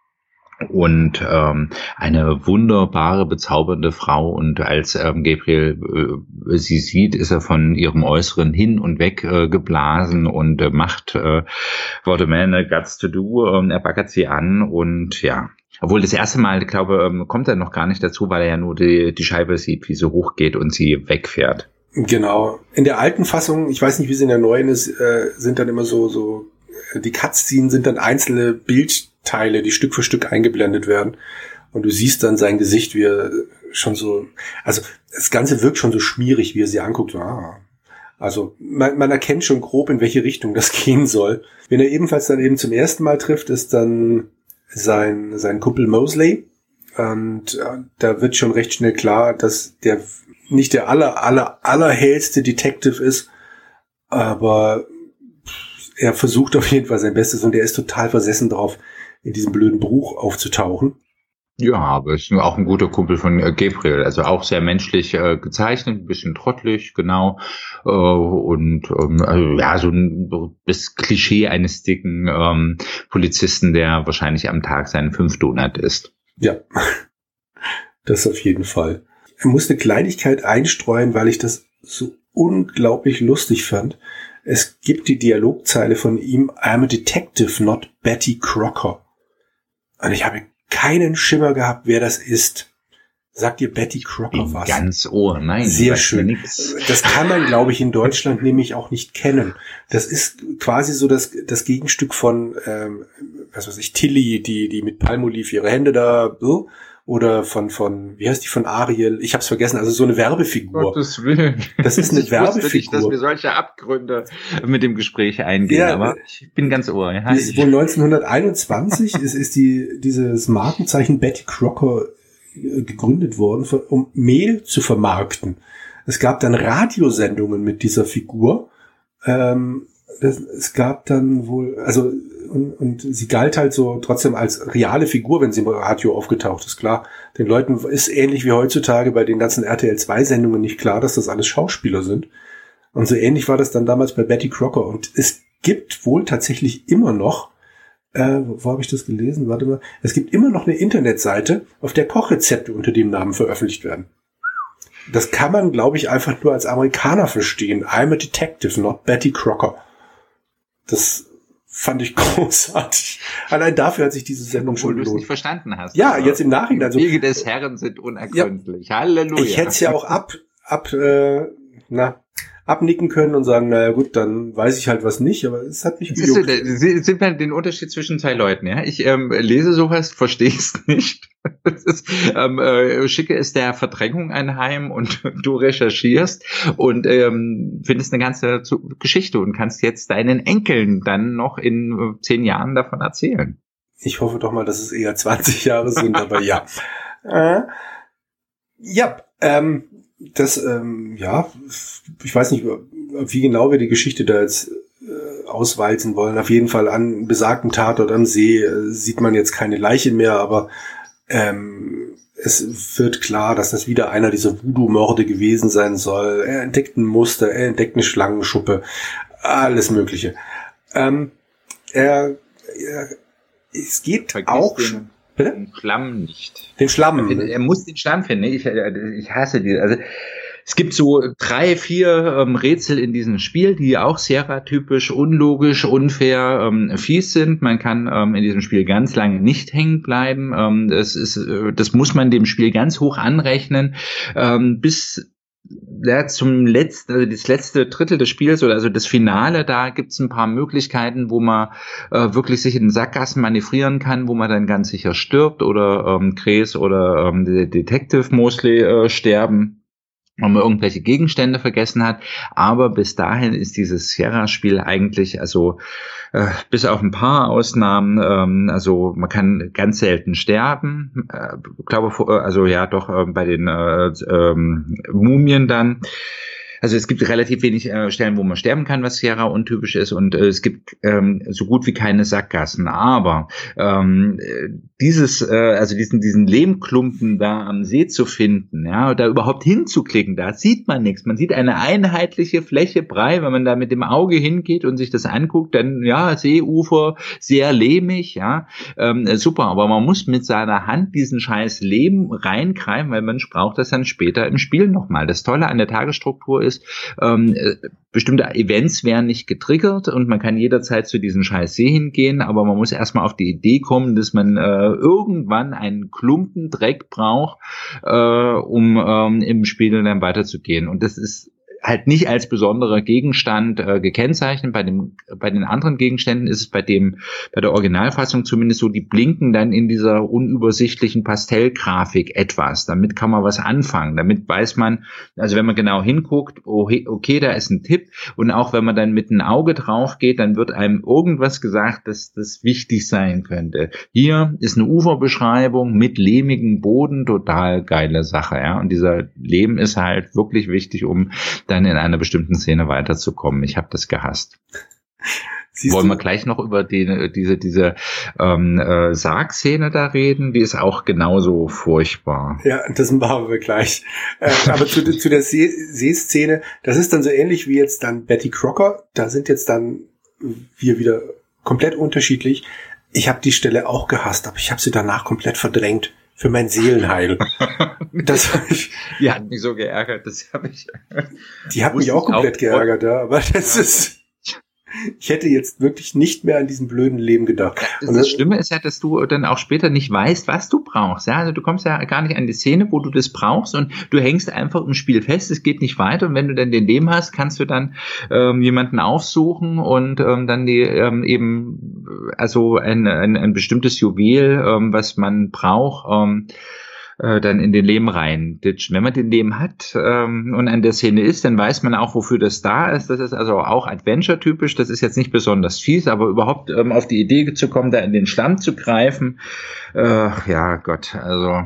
Und eine wunderbare, bezaubernde Frau. Und als Gabriel sie sieht, ist er von ihrem Äußeren hin und weg geblasen und macht what a man got to do. Er baggert sie an und ja. Obwohl das erste Mal, ich glaube, kommt er noch gar nicht dazu, weil er ja nur die Scheibe sieht, wie sie hochgeht und sie wegfährt. Genau. In der alten Fassung, ich weiß nicht, wie es in der neuen ist, sind dann immer so die Cutscenes sind dann einzelne Bildteile, die Stück für Stück eingeblendet werden. Und du siehst dann sein Gesicht, wie er schon so, also das Ganze wirkt schon so schmierig, wie er sie anguckt. Also man erkennt schon grob, in welche Richtung das gehen soll. Wen er ebenfalls dann eben zum ersten Mal trifft, ist dann sein Kumpel Mosley. Und da wird schon recht schnell klar, dass der nicht der allerhellste Detective ist, aber er versucht auf jeden Fall sein Bestes und er ist total versessen darauf, in diesem blöden Buch aufzutauchen. Ja, aber ist auch ein guter Kumpel von Gabriel, also auch sehr menschlich gezeichnet, ein bisschen trottelig, genau, also, ja, so das Klischee eines dicken Polizisten, der wahrscheinlich am Tag seinen 5 Donut isst. Ja, das auf jeden Fall. Er muss eine Kleinigkeit einstreuen, weil ich das so unglaublich lustig fand. Es gibt die Dialogzeile von ihm, I'm a detective, not Betty Crocker. Und ich habe keinen Schimmer gehabt, wer das ist. Sagt ihr Betty Crocker was? Ganz Ohr, nein. Sehr schön. Das kann man, glaube ich, in Deutschland nämlich auch nicht kennen. Das ist quasi so das Gegenstück von, was weiß ich, Tilly, die mit Palmolive ihre Hände da, so. Oder von, wie heißt die, von Ariel? Ich hab's vergessen, also so eine Werbefigur. Gottes Willen. Das ist eine Werbefigur. Ich wusste nicht, dass wir solche Abgründe mit dem Gespräch eingehen, ja, aber ich bin ganz ohr. Ja, das ist wohl 1921 ist dieses Markenzeichen Betty Crocker gegründet worden, um Mehl zu vermarkten. Es gab dann Radiosendungen mit dieser Figur. Es gab dann wohl, also und sie galt halt so trotzdem als reale Figur, wenn sie im Radio aufgetaucht ist. Klar, den Leuten ist ähnlich wie heutzutage bei den ganzen RTL-2-Sendungen nicht klar, dass das alles Schauspieler sind. Und so ähnlich war das dann damals bei Betty Crocker. Und es gibt wohl tatsächlich immer noch, wo habe ich das gelesen? Warte mal. Es gibt immer noch eine Internetseite, auf der Kochrezepte unter dem Namen veröffentlicht werden. Das kann man, glaube ich, einfach nur als Amerikaner verstehen. I'm a detective, not Betty Crocker. Das fand ich großartig. Allein dafür hat sich diese Sendung schon gelohnt. Obwohl du es nicht verstanden hast. Ja, jetzt im Nachhinein. Die Wege des Herrn sind unergründlich. Ja, Halleluja. Ich hätte es ja auch abnicken können und sagen, naja gut, dann weiß ich halt was nicht, aber es hat mich gejuckt. Sind wir den Unterschied zwischen zwei Leuten, ja? Ich lese sowas, verstehe es nicht. Schicke es der Verdrängung anheim und du recherchierst und findest eine ganze Geschichte und kannst jetzt deinen Enkeln dann noch in 10 Jahren davon erzählen. Ich hoffe doch mal, dass es eher 20 Jahre sind, aber ja. Ich weiß nicht, wie genau wir die Geschichte da jetzt auswalzen wollen. Auf jeden Fall an besagten Tatort am See sieht man jetzt keine Leiche mehr, aber es wird klar, dass das wieder einer dieser Voodoo-Morde gewesen sein soll. Er entdeckt ein Muster, er entdeckt eine Schlangenschuppe, alles Mögliche. Es geht auch... Den Schlamm nicht. Den Schlamm. Er muss den Schlamm finden. Ich hasse die. Also es gibt so 3, 4 Rätsel in diesem Spiel, die auch Sierra-typisch, unlogisch, unfair, fies sind. Man kann in diesem Spiel ganz lange nicht hängen bleiben. Das muss man dem Spiel ganz hoch anrechnen, bis zum letzten, also das letzte Drittel des Spiels oder also das Finale, da gibt's ein paar Möglichkeiten, wo man wirklich sich in den Sackgassen manövrieren kann, wo man dann ganz sicher stirbt oder Chris oder Detective Mosley sterben, wenn man irgendwelche Gegenstände vergessen hat. Aber bis dahin ist dieses Sierra-Spiel eigentlich, also bis auf ein paar Ausnahmen, also man kann ganz selten sterben, glaube, also ja doch bei den Mumien dann. Also es gibt relativ wenig Stellen, wo man sterben kann, was Sierra untypisch ist, und es gibt so gut wie keine Sackgassen. Aber diesen Lehmklumpen da am See zu finden, ja, da überhaupt hinzuklicken, da sieht man nichts. Man sieht eine einheitliche Fläche Brei, wenn man da mit dem Auge hingeht und sich das anguckt, dann ja, Seeufer, sehr lehmig, ja, super. Aber man muss mit seiner Hand diesen scheiß Lehm reinkreimen, weil man braucht das dann später im Spiel nochmal. Das Tolle an der Tagesstruktur ist, bestimmte Events werden nicht getriggert und man kann jederzeit zu diesem scheiß See hingehen, aber man muss erstmal auf die Idee kommen, dass man irgendwann einen Klumpen Dreck braucht, um im Spiel dann weiterzugehen. Und das ist halt nicht als besonderer Gegenstand gekennzeichnet. Bei den anderen Gegenständen ist es bei der Originalfassung zumindest so, die blinken dann in dieser unübersichtlichen Pastellgrafik etwas. Damit kann man was anfangen. Damit weiß man, also wenn man genau hinguckt, okay, da ist ein Tipp. Und auch wenn man dann mit einem Auge drauf geht, dann wird einem irgendwas gesagt, dass das wichtig sein könnte. Hier ist eine Uferbeschreibung mit lehmigem Boden, total geile Sache, ja. Und dieser Lehm ist halt wirklich wichtig, um dann in einer bestimmten Szene weiterzukommen. Ich habe das gehasst. Wollen wir gleich noch über diese Sargszene da reden? Die ist auch genauso furchtbar. Ja, das machen wir gleich. Aber zu der Seeszene, das ist dann so ähnlich wie jetzt dann Betty Crocker. Da sind jetzt dann wir wieder komplett unterschiedlich. Ich habe die Stelle auch gehasst, aber ich habe sie danach komplett verdrängt. Für mein Seelenheil. Das hab ich. Die hat mich so geärgert, das habe ich. Die hat mich auch komplett geärgert, ja. Aber das ist. Ich hätte jetzt wirklich nicht mehr an diesem blöden Leben gedacht. Ja, das Schlimme ist ja, dass du dann auch später nicht weißt, was du brauchst. Ja, also du kommst ja gar nicht an die Szene, wo du das brauchst, und du hängst einfach im Spiel fest. Es geht nicht weiter. Und wenn du dann den Leben hast, kannst du dann jemanden aufsuchen und dann die also ein bestimmtes Juwel, was man braucht, dann in den Lehm rein ditchen. Wenn man den Lehm hat und an der Szene ist, dann weiß man auch, wofür das da ist. Das ist also auch Adventure-typisch. Das ist jetzt nicht besonders fies, aber überhaupt auf die Idee zu kommen, da in den Stamm zu greifen, ja Gott, also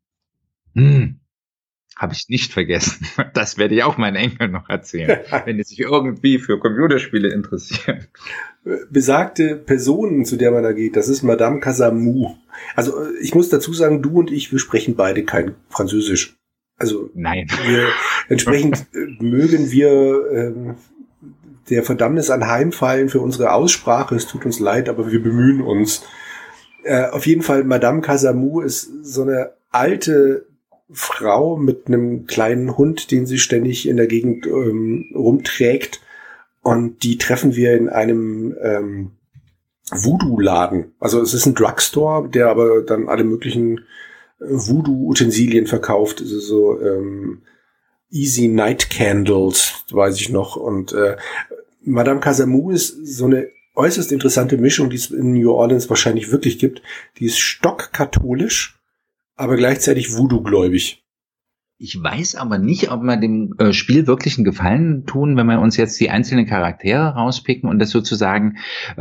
habe ich nicht vergessen. Das werde ich auch meinen Enkeln noch erzählen, wenn die sich irgendwie für Computerspiele interessieren. Besagte Person, zu der man da geht, das ist Madame Casamou. Also ich muss dazu sagen, du und ich, wir sprechen beide kein Französisch. Also nein. Entsprechend mögen wir der Verdammnis anheimfallen für unsere Aussprache. Es tut uns leid, aber wir bemühen uns. Auf jeden Fall, Madame Casamou ist so eine alte Frau mit einem kleinen Hund, den sie ständig in der Gegend rumträgt. Und die treffen wir in einem Voodoo-Laden. Also es ist ein Drugstore, der aber dann alle möglichen Voodoo-Utensilien verkauft. Also so Easy Night Candles, weiß ich noch. Und Madame Casamou ist so eine äußerst interessante Mischung, die es in New Orleans wahrscheinlich wirklich gibt. Die ist stockkatholisch, aber gleichzeitig Voodoo-gläubig. Ich weiß aber nicht, ob wir dem Spiel wirklich einen Gefallen tun, wenn wir uns jetzt die einzelnen Charaktere rauspicken und das sozusagen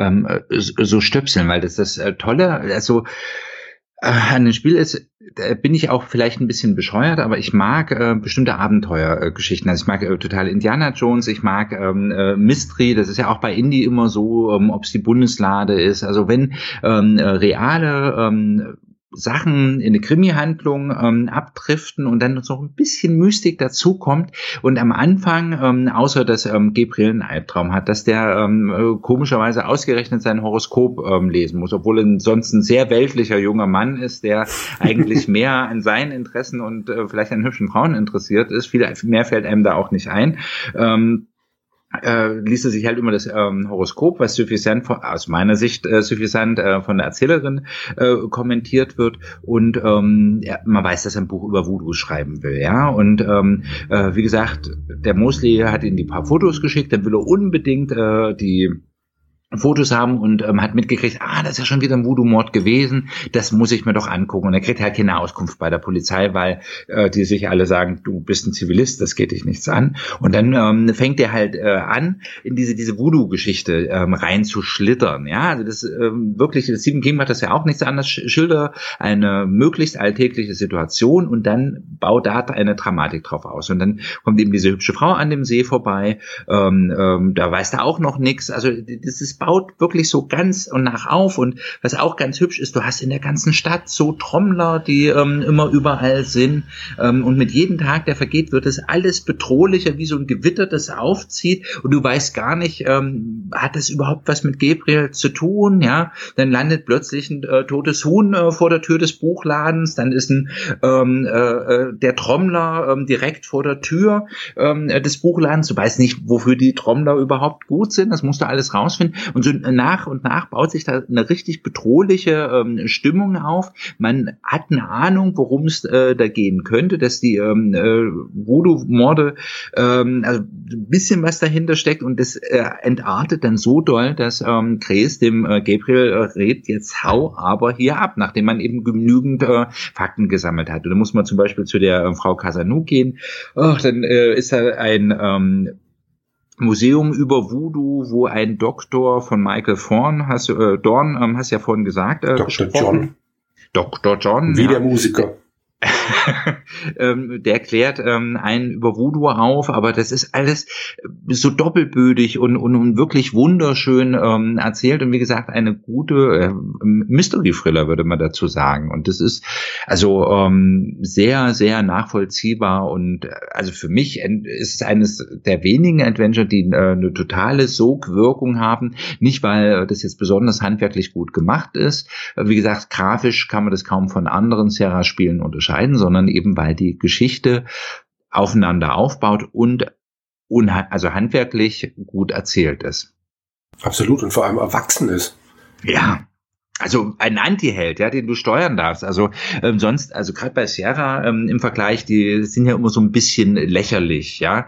so stöpseln, weil das Tolle, also an dem Spiel ist, da bin ich auch vielleicht ein bisschen bescheuert, aber ich mag bestimmte Abenteuergeschichten. Also ich mag total Indiana Jones, ich mag Mystery, das ist ja auch bei Indie immer so, ob es die Bundeslade ist. Also wenn reale Sachen in eine Krimi-Handlung abdriften und dann so ein bisschen Mystik dazukommt und am Anfang, außer dass Gabriel einen Albtraum hat, dass der komischerweise ausgerechnet sein Horoskop lesen muss, obwohl er sonst ein sehr weltlicher junger Mann ist, der eigentlich mehr an seinen Interessen und vielleicht an hübschen Frauen interessiert ist. Viel mehr fällt einem da auch nicht ein. Liest er sich halt immer das Horoskop, was suffisant aus meiner Sicht suffisant von der Erzählerin kommentiert wird, und man weiß, dass er ein Buch über Voodoo schreiben will, ja, und wie gesagt, der Mosley hat ihm die paar Fotos geschickt, dann will er unbedingt die Fotos haben und hat mitgekriegt, das ist ja schon wieder ein Voodoo-Mord gewesen, das muss ich mir doch angucken. Und er kriegt halt keine Auskunft bei der Polizei, weil die sich alle sagen, du bist ein Zivilist, das geht dich nichts an. Und dann fängt er halt an, in diese Voodoo-Geschichte reinzuschlittern. Ja, also das wirklich, Stephen King macht das ja auch nichts anderes, schilder eine möglichst alltägliche Situation und dann baut da eine Dramatik drauf aus. Und dann kommt eben diese hübsche Frau an dem See vorbei, da weiß er auch noch nichts. Also das ist baut wirklich so ganz und nach auf, und was auch ganz hübsch ist, du hast in der ganzen Stadt so Trommler, die immer überall sind, und mit jedem Tag, der vergeht, wird es alles bedrohlicher, wie so ein Gewitter, das aufzieht, und du weißt gar nicht, hat das überhaupt was mit Gabriel zu tun, ja, dann landet plötzlich ein totes Huhn vor der Tür des Buchladens, dann ist der Trommler direkt vor der Tür des Buchladens, du weißt nicht, wofür die Trommler überhaupt gut sind, das musst du alles rausfinden. Und so nach und nach baut sich da eine richtig bedrohliche Stimmung auf. Man hat eine Ahnung, worum es da gehen könnte, dass die Voodoo-Morde, also ein bisschen was dahinter steckt, und das entartet dann so doll, dass Grace dem Gabriel rät, jetzt hau aber hier ab, nachdem man eben genügend Fakten gesammelt hat. Und dann muss man zum Beispiel zu der Frau Casamou gehen. Dann ist da ein Museum über Voodoo, wo ein Doktor von Michael Dorn, hast du ja vorhin gesagt, Dr. John. Dr. John. Wie der Musiker. der klärt einen über Voodoo auf, aber das ist alles so doppelbödig und wirklich wunderschön erzählt und wie gesagt eine gute Mystery-Thriller, würde man dazu sagen. Und das ist also sehr, sehr nachvollziehbar und also für mich ist es eines der wenigen Adventure, die eine totale Sogwirkung haben. Nicht, weil das jetzt besonders handwerklich gut gemacht ist. Wie gesagt, grafisch kann man das kaum von anderen Sierra-Spielen unterscheiden, sondern eben, weil die Geschichte aufeinander aufbaut und also handwerklich gut erzählt ist. Absolut, und vor allem erwachsen ist. Ja. Also ein Anti-Held, ja, den du steuern darfst. Also sonst, also gerade bei Sierra im Vergleich, die sind ja immer so ein bisschen lächerlich, ja.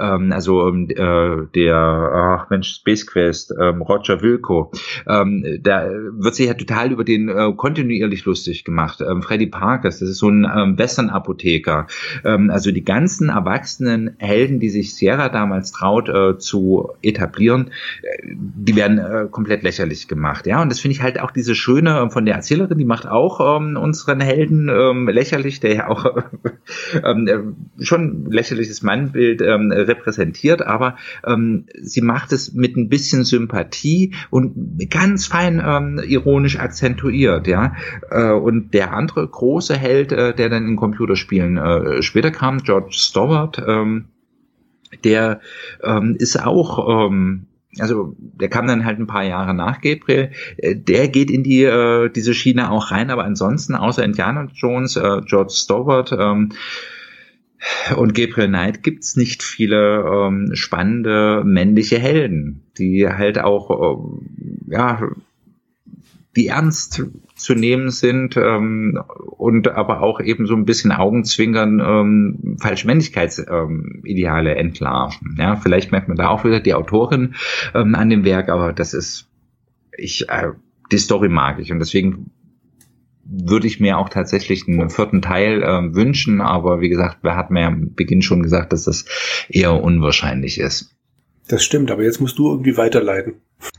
Space Quest, Roger Wilco, da wird sich ja total über den kontinuierlich lustig gemacht. Freddy Parkers, das ist so ein Western-Apotheker. Also die ganzen erwachsenen Helden, die sich Sierra damals traut zu etablieren, die werden komplett lächerlich gemacht, ja. Und das finde ich halt auch diese Schöne von der Erzählerin, die macht auch unseren Helden lächerlich, der ja auch schon lächerliches Mannbild repräsentiert, aber sie macht es mit ein bisschen Sympathie und ganz fein ironisch akzentuiert, ja. Und der andere große Held, der dann in Computerspielen später kam, George Stowart, der ist auch also der kam dann halt ein paar Jahre nach Gabriel, der geht in diese Schiene auch rein, aber ansonsten außer Indiana Jones, George Stowart und Gabriel Knight gibt's nicht viele spannende männliche Helden, die halt auch die ernst zu nehmen sind und aber auch eben so ein bisschen Augenzwinkern falsche Männlichkeitsideale entlarven. Ja, vielleicht merkt man da auch wieder die Autorin an dem Werk, aber das ist die Story mag ich und deswegen würde ich mir auch tatsächlich einen 4. Teil wünschen, aber wie gesagt, wir hatten ja am Beginn schon gesagt, dass das eher unwahrscheinlich ist. Das stimmt, aber jetzt musst du irgendwie weiterleiten.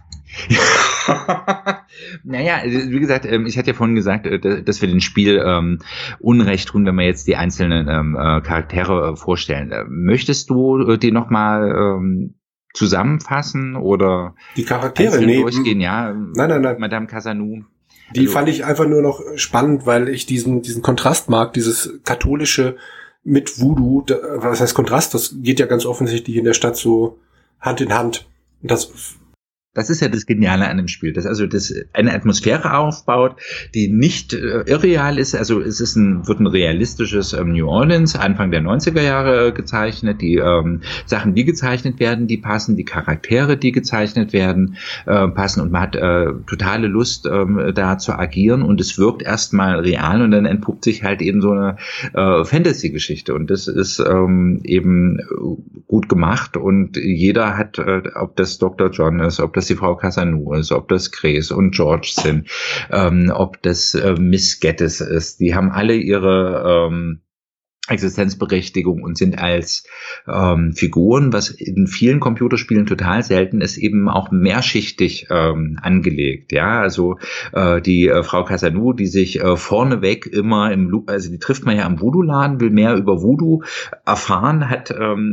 Naja, wie gesagt, ich hatte ja vorhin gesagt, dass wir den Spiel Unrecht tun, wenn wir jetzt die einzelnen Charaktere vorstellen. Möchtest du die nochmal zusammenfassen oder die Charaktere durchgehen? Ja, nein. Madame Casanou. Die fand ich einfach nur noch spannend, weil ich diesen Kontrast mag, dieses katholische mit Voodoo. Was heißt Kontrast? Das geht ja ganz offensichtlich in der Stadt so Hand in Hand. Und das ist ja das Geniale an dem Spiel, dass also das eine Atmosphäre aufbaut, die nicht irreal ist. Also es ist wird ein realistisches New Orleans Anfang der 90er Jahre gezeichnet. Die Sachen, die gezeichnet werden, die passen. Die Charaktere, die gezeichnet werden, passen. Und man hat totale Lust, da zu agieren. Und es wirkt erstmal real und dann entpuppt sich halt eben so eine Fantasy-Geschichte. Und das ist eben gut gemacht. Und jeder hat, ob das Dr. John ist, ob das die Frau Casanou ist, ob das Grace und George sind, ob das Miss Geddes ist. Die haben alle ihre Existenzberechtigung und sind als Figuren, was in vielen Computerspielen total selten ist, eben auch mehrschichtig angelegt. Ja, also die Frau Casanou, die sich vorneweg immer also die trifft man ja am Voodoo-Laden, will mehr über Voodoo erfahren, hat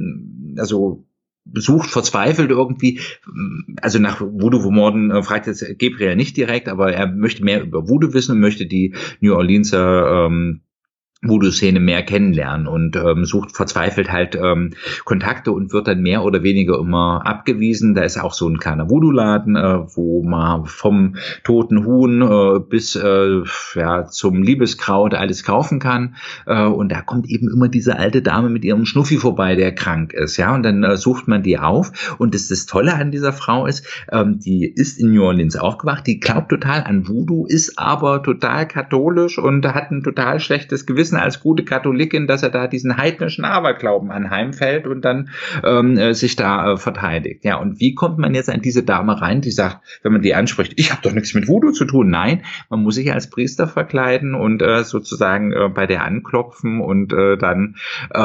sucht verzweifelt irgendwie, also nach Voodoo-Morden fragt jetzt Gabriel nicht direkt, aber er möchte mehr über Voodoo wissen und möchte die New Orleanser Voodoo-Szene mehr kennenlernen und sucht verzweifelt halt Kontakte und wird dann mehr oder weniger immer abgewiesen. Da ist auch so ein kleiner Voodoo-Laden, wo man vom toten Huhn bis zum Liebeskraut alles kaufen kann. Und da kommt eben immer diese alte Dame mit ihrem Schnuffi vorbei, der krank ist. Ja, und dann sucht man die auf. Und das Tolle an dieser Frau ist, die ist in New Orleans aufgewacht, die glaubt total an Voodoo, ist aber total katholisch und hat ein total schlechtes Gewissen als gute Katholikin, dass er da diesen heidnischen Aberglauben anheimfällt und dann sich da verteidigt. Ja, und wie kommt man jetzt an diese Dame rein, die sagt, wenn man die anspricht, ich habe doch nichts mit Voodoo zu tun. Nein, man muss sich als Priester verkleiden und sozusagen bei der anklopfen und dann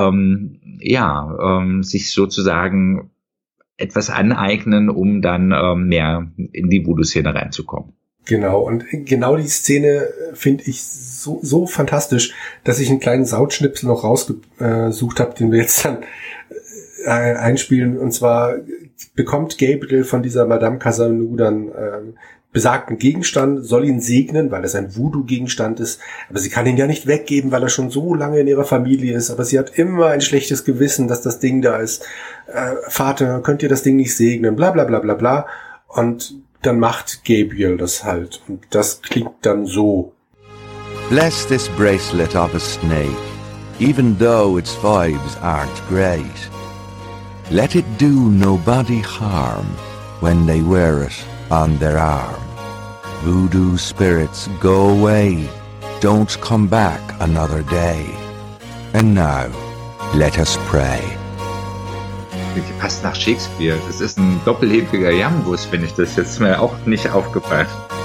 sich sozusagen etwas aneignen, um dann mehr in die Voodoo-Szene reinzukommen. Genau, und genau die Szene finde ich so fantastisch, dass ich einen kleinen Soundschnipsel noch rausgesucht habe, den wir jetzt dann einspielen. Und zwar bekommt Gabriel von dieser Madame Casanu dann besagten Gegenstand, soll ihn segnen, weil es ein Voodoo-Gegenstand ist, aber sie kann ihn ja nicht weggeben, weil er schon so lange in ihrer Familie ist, aber sie hat immer ein schlechtes Gewissen, dass das Ding da ist. Vater, könnt ihr das Ding nicht segnen, bla bla bla bla bla. Und dann macht Gabriel das halt. Und das klingt dann so. Bless this bracelet of a snake, even though its vibes aren't great. Let it do nobody harm when they wear it on their arm. Voodoo spirits, go away, don't come back another day. And now, let us pray. Die passt nach Shakespeare. Das ist ein doppelhebiger Jambus, wenn ich das jetzt mir auch nicht aufgefallen.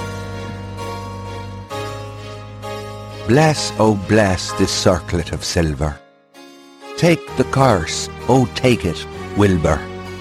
Bless, oh bless this circlet of silver. Take the curse, oh take it, Wilbur.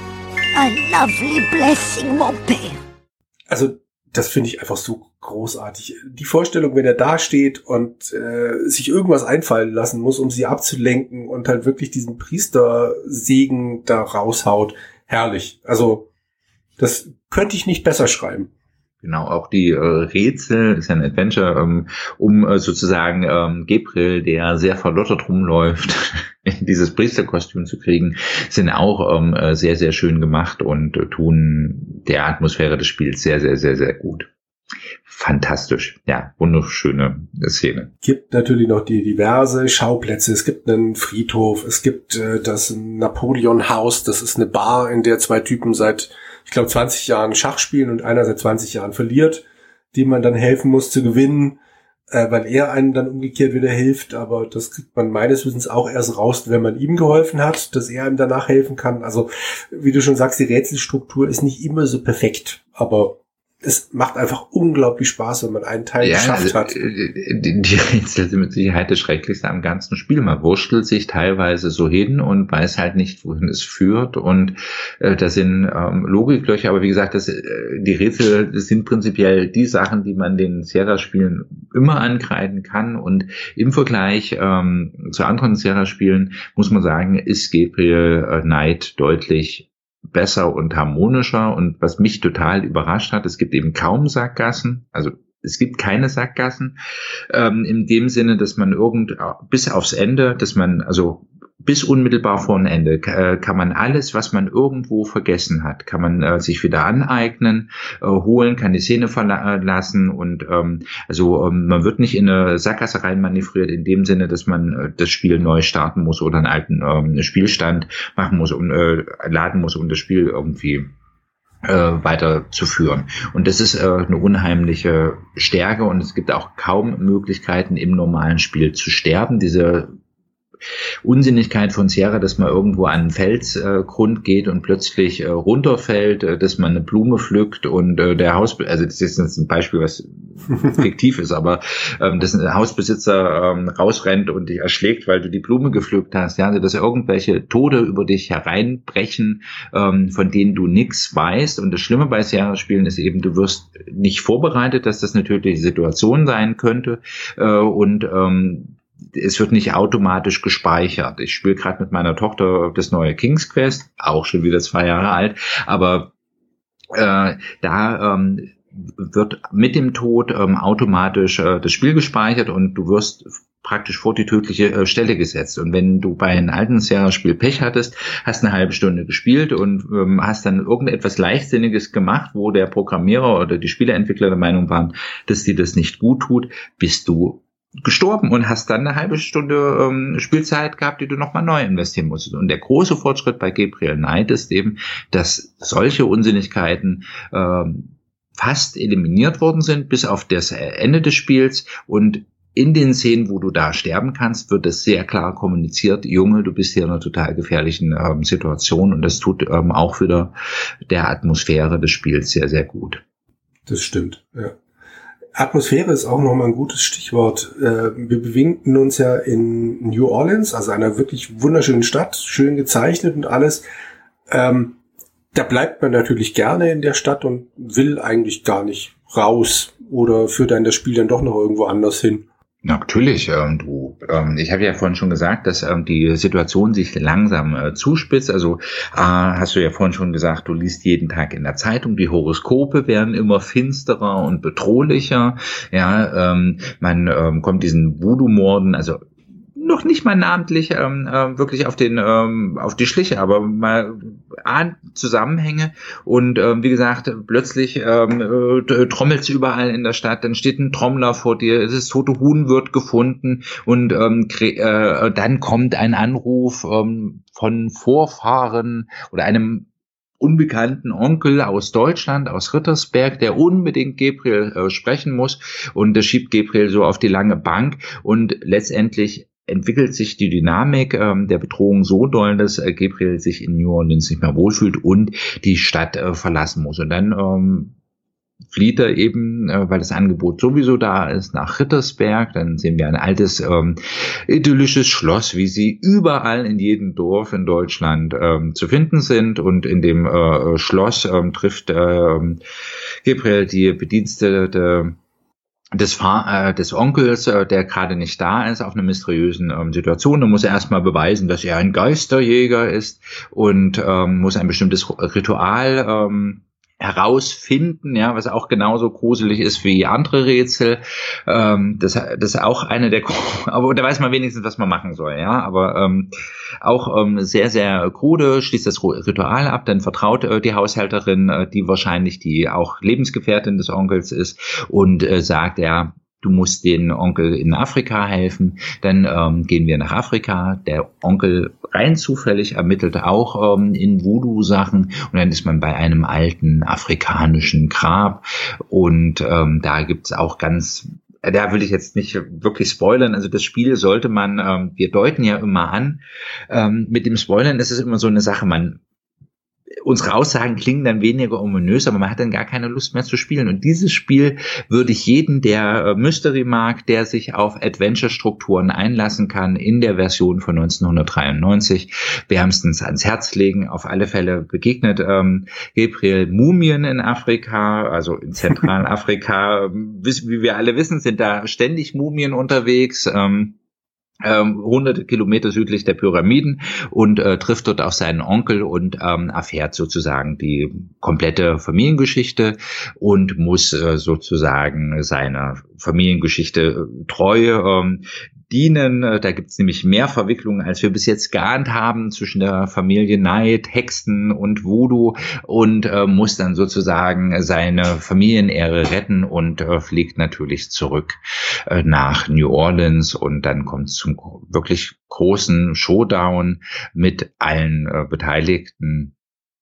A lovely blessing, mon père. Also, das finde ich einfach so großartig. Die Vorstellung, wenn er da steht und sich irgendwas einfallen lassen muss, um sie abzulenken und halt wirklich diesen Priestersegen da raushaut. Herrlich. Also, das könnte ich nicht besser schreiben. Genau, auch die Rätsel, ist ja ein Adventure, um sozusagen Gabriel, der sehr verlottert rumläuft, in dieses Priesterkostüm zu kriegen, sind auch sehr, sehr schön gemacht und tun der Atmosphäre des Spiels sehr, sehr, sehr, sehr gut. Fantastisch. Ja, wunderschöne Szene. Gibt natürlich noch die diverse Schauplätze. Es gibt einen Friedhof, es gibt das Napoleon-Haus, das ist eine Bar, in der zwei Typen seit, ich glaube, 20 Jahren Schach spielen und einer seit 20 Jahren verliert, dem man dann helfen muss zu gewinnen, weil er einem dann umgekehrt wieder hilft. Aber das kriegt man meines Wissens auch erst raus, wenn man ihm geholfen hat, dass er ihm danach helfen kann. Also, wie du schon sagst, die Rätselstruktur ist nicht immer so perfekt, aber es macht einfach unglaublich Spaß, wenn man einen Teil geschafft hat. Die Rätsel sind mit Sicherheit das Schrecklichste am ganzen Spiel. Man wurschtelt sich teilweise so hin und weiß halt nicht, wohin es führt. Und da sind Logiklöcher. Aber wie gesagt, die Rätsel, das sind prinzipiell die Sachen, die man den Sierra-Spielen immer ankreiden kann. Und im Vergleich zu anderen Sierra-Spielen muss man sagen, ist Gabriel Knight deutlich besser und harmonischer, und was mich total überrascht hat, es gibt eben kaum Sackgassen, also es gibt keine Sackgassen, in dem Sinne, dass man bis aufs Ende, dass man, also bis unmittelbar vor dem Ende, kann man alles, was man irgendwo vergessen hat, kann man sich wieder aneignen, holen, kann die Szene verlassen und man wird nicht in eine Sackgasse reinmanövriert in dem Sinne, dass man das Spiel neu starten muss oder einen alten Spielstand machen muss und laden muss, um das Spiel irgendwie weiterzuführen. Und das ist eine unheimliche Stärke, und es gibt auch kaum Möglichkeiten im normalen Spiel zu sterben. Diese Unsinnigkeit von Sierra, dass man irgendwo an einen Felsgrund geht und plötzlich runterfällt, dass man eine Blume pflückt und der also das ist jetzt ein Beispiel, was fiktiv ist, aber dass ein Hausbesitzer rausrennt und dich erschlägt, weil du die Blume gepflückt hast, ja, also dass irgendwelche Tode über dich hereinbrechen, von denen du nichts weißt. Und das Schlimme bei Sierra-Spielen ist eben, du wirst nicht vorbereitet, dass das eine tödliche Situation sein könnte, und es wird nicht automatisch gespeichert. Ich spiele gerade mit meiner Tochter das neue King's Quest, auch schon wieder 2 Jahre alt, aber da wird mit dem Tod automatisch das Spiel gespeichert und du wirst praktisch vor die tödliche Stelle gesetzt. Und wenn du bei einem alten Sierra-Spiel Pech hattest, hast eine halbe Stunde gespielt und hast dann irgendetwas Leichtsinniges gemacht, wo der Programmierer oder die Spieleentwickler der Meinung waren, dass dir das nicht gut tut, bist du gestorben und hast dann eine halbe Stunde Spielzeit gehabt, die du nochmal neu investieren musstest. Und der große Fortschritt bei Gabriel Knight ist eben, dass solche Unsinnigkeiten fast eliminiert worden sind, bis auf das Ende des Spiels. Und in den Szenen, wo du da sterben kannst, wird es sehr klar kommuniziert: Junge, du bist hier in einer total gefährlichen Situation. Und das tut auch wieder der Atmosphäre des Spiels sehr, sehr gut. Das stimmt, ja. Atmosphäre ist auch nochmal ein gutes Stichwort. Wir bewegen uns ja in New Orleans, also einer wirklich wunderschönen Stadt, schön gezeichnet und alles. Da bleibt man natürlich gerne in der Stadt und will eigentlich gar nicht raus? Oder führt einen das Spiel dann doch noch irgendwo anders hin? Natürlich, ich habe ja vorhin schon gesagt, dass die Situation sich langsam zuspitzt. Also hast du ja vorhin schon gesagt, du liest jeden Tag in der Zeitung, die Horoskope werden immer finsterer und bedrohlicher. Ja, man kommt diesen Voodoo-Morden, also noch nicht mal namentlich wirklich auf die Schliche, aber mal Zusammenhänge und wie gesagt, plötzlich trommelt's überall in der Stadt, dann steht ein Trommler vor dir, das tote Huhn wird gefunden und dann kommt ein Anruf von Vorfahren oder einem unbekannten Onkel aus Deutschland, aus Rittersberg, der unbedingt Gabriel sprechen muss und das schiebt Gabriel so auf die lange Bank und letztendlich entwickelt sich die Dynamik der Bedrohung so doll, dass Gabriel sich in New Orleans nicht mehr wohlfühlt und die Stadt verlassen muss. Und dann flieht er eben, weil das Angebot sowieso da ist, nach Rittersberg. Dann sehen wir ein altes, idyllisches Schloss, wie sie überall in jedem Dorf in Deutschland zu finden sind. Und in dem Schloss trifft Gabriel die Bedienstete des Onkels, der gerade nicht da ist, auf einer mysteriösen Situation. Da muss er erstmal beweisen, dass er ein Geisterjäger ist und muss ein bestimmtes Ritual herausfinden, ja, was auch genauso gruselig ist wie andere Rätsel. Das ist auch eine der, aber da weiß man wenigstens, was man machen soll, ja, aber auch sehr, sehr krude, schließt das Ritual ab, dann vertraut die Haushälterin, die wahrscheinlich die auch Lebensgefährtin des Onkels ist und sagt, ja, du musst den Onkel in Afrika helfen. Dann gehen wir nach Afrika. Der Onkel rein zufällig ermittelt auch in Voodoo-Sachen. Und dann ist man bei einem alten afrikanischen Grab. Und da gibt's auch da will ich jetzt nicht wirklich spoilern. Also das Spiel sollte man, wir deuten ja immer an. Mit dem Spoilern ist es immer so eine Sache, unsere Aussagen klingen dann weniger ominös, aber man hat dann gar keine Lust mehr zu spielen. Und dieses Spiel würde ich jeden, der Mystery mag, der sich auf Adventure-Strukturen einlassen kann, in der Version von 1993 wärmstens ans Herz legen. Auf alle Fälle begegnet Gabriel Mumien in Afrika, also in Zentralafrika. Wie wir alle wissen, sind da ständig Mumien unterwegs. Hunderte Kilometer südlich der Pyramiden und trifft dort auf seinen Onkel und erfährt sozusagen die komplette Familiengeschichte und muss sozusagen seiner Familiengeschichte treu dienen. Da gibt es nämlich mehr Verwicklungen, als wir bis jetzt geahnt haben, zwischen der Familie Knight, Hexen und Voodoo und muss dann sozusagen seine Familienehre retten und fliegt natürlich zurück nach New Orleans und dann kommt es zum wirklich großen Showdown mit allen Beteiligten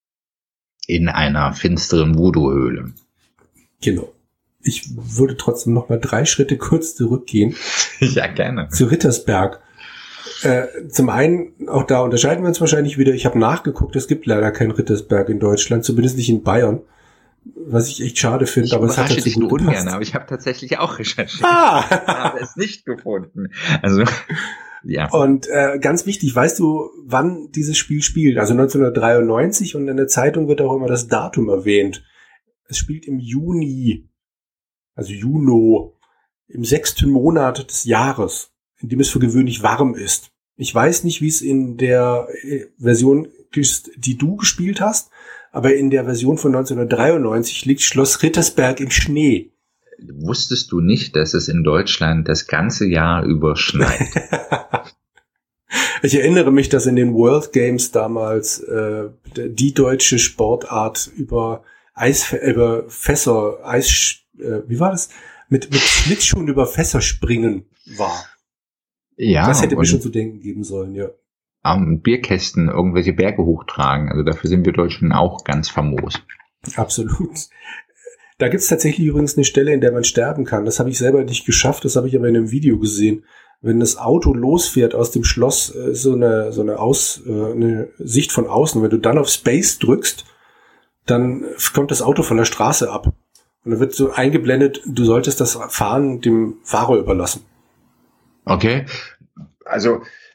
in einer finsteren Voodoo-Höhle. Genau. Ich würde trotzdem noch mal 3 Schritte kurz zurückgehen. Ja, gerne. Zu Rittersberg. Zum einen, auch da unterscheiden wir uns wahrscheinlich wieder. Ich habe nachgeguckt, es gibt leider kein Rittersberg in Deutschland, zumindest nicht in Bayern. Was ich echt schade finde, aber es hat dazu gut gepasst. Ungern, aber ich habe tatsächlich auch recherchiert. Habe es nicht gefunden. Also, ja. Und ganz wichtig, weißt du, wann dieses Spiel spielt? Also 1993 und in der Zeitung wird auch immer das Datum erwähnt. Es spielt im Juni. Also Juno, im 6. Monat des Jahres, in dem es für gewöhnlich warm ist. Ich weiß nicht, wie es in der Version ist, die du gespielt hast, aber in der Version von 1993 liegt Schloss Rittersberg im Schnee. Wusstest du nicht, dass es in Deutschland das ganze Jahr über schneit? Ich erinnere mich, dass in den World Games damals die deutsche Sportart über Fässer, wie war das? Mit Schlittschuhen über Fässer springen war. Ja. Das hätte mir schon zu denken geben sollen, ja. Bierkästen irgendwelche Berge hochtragen. Also dafür sind wir Deutschen auch ganz famos. Absolut. Da gibt's tatsächlich übrigens eine Stelle, in der man sterben kann. Das habe ich selber nicht geschafft, das habe ich aber in einem Video gesehen. Wenn das Auto losfährt aus dem Schloss, so eine Sicht von außen. Wenn du dann auf Space drückst, dann kommt das Auto von der Straße ab. Und dann wird so eingeblendet, du solltest das Fahren dem Fahrer überlassen. Okay. Also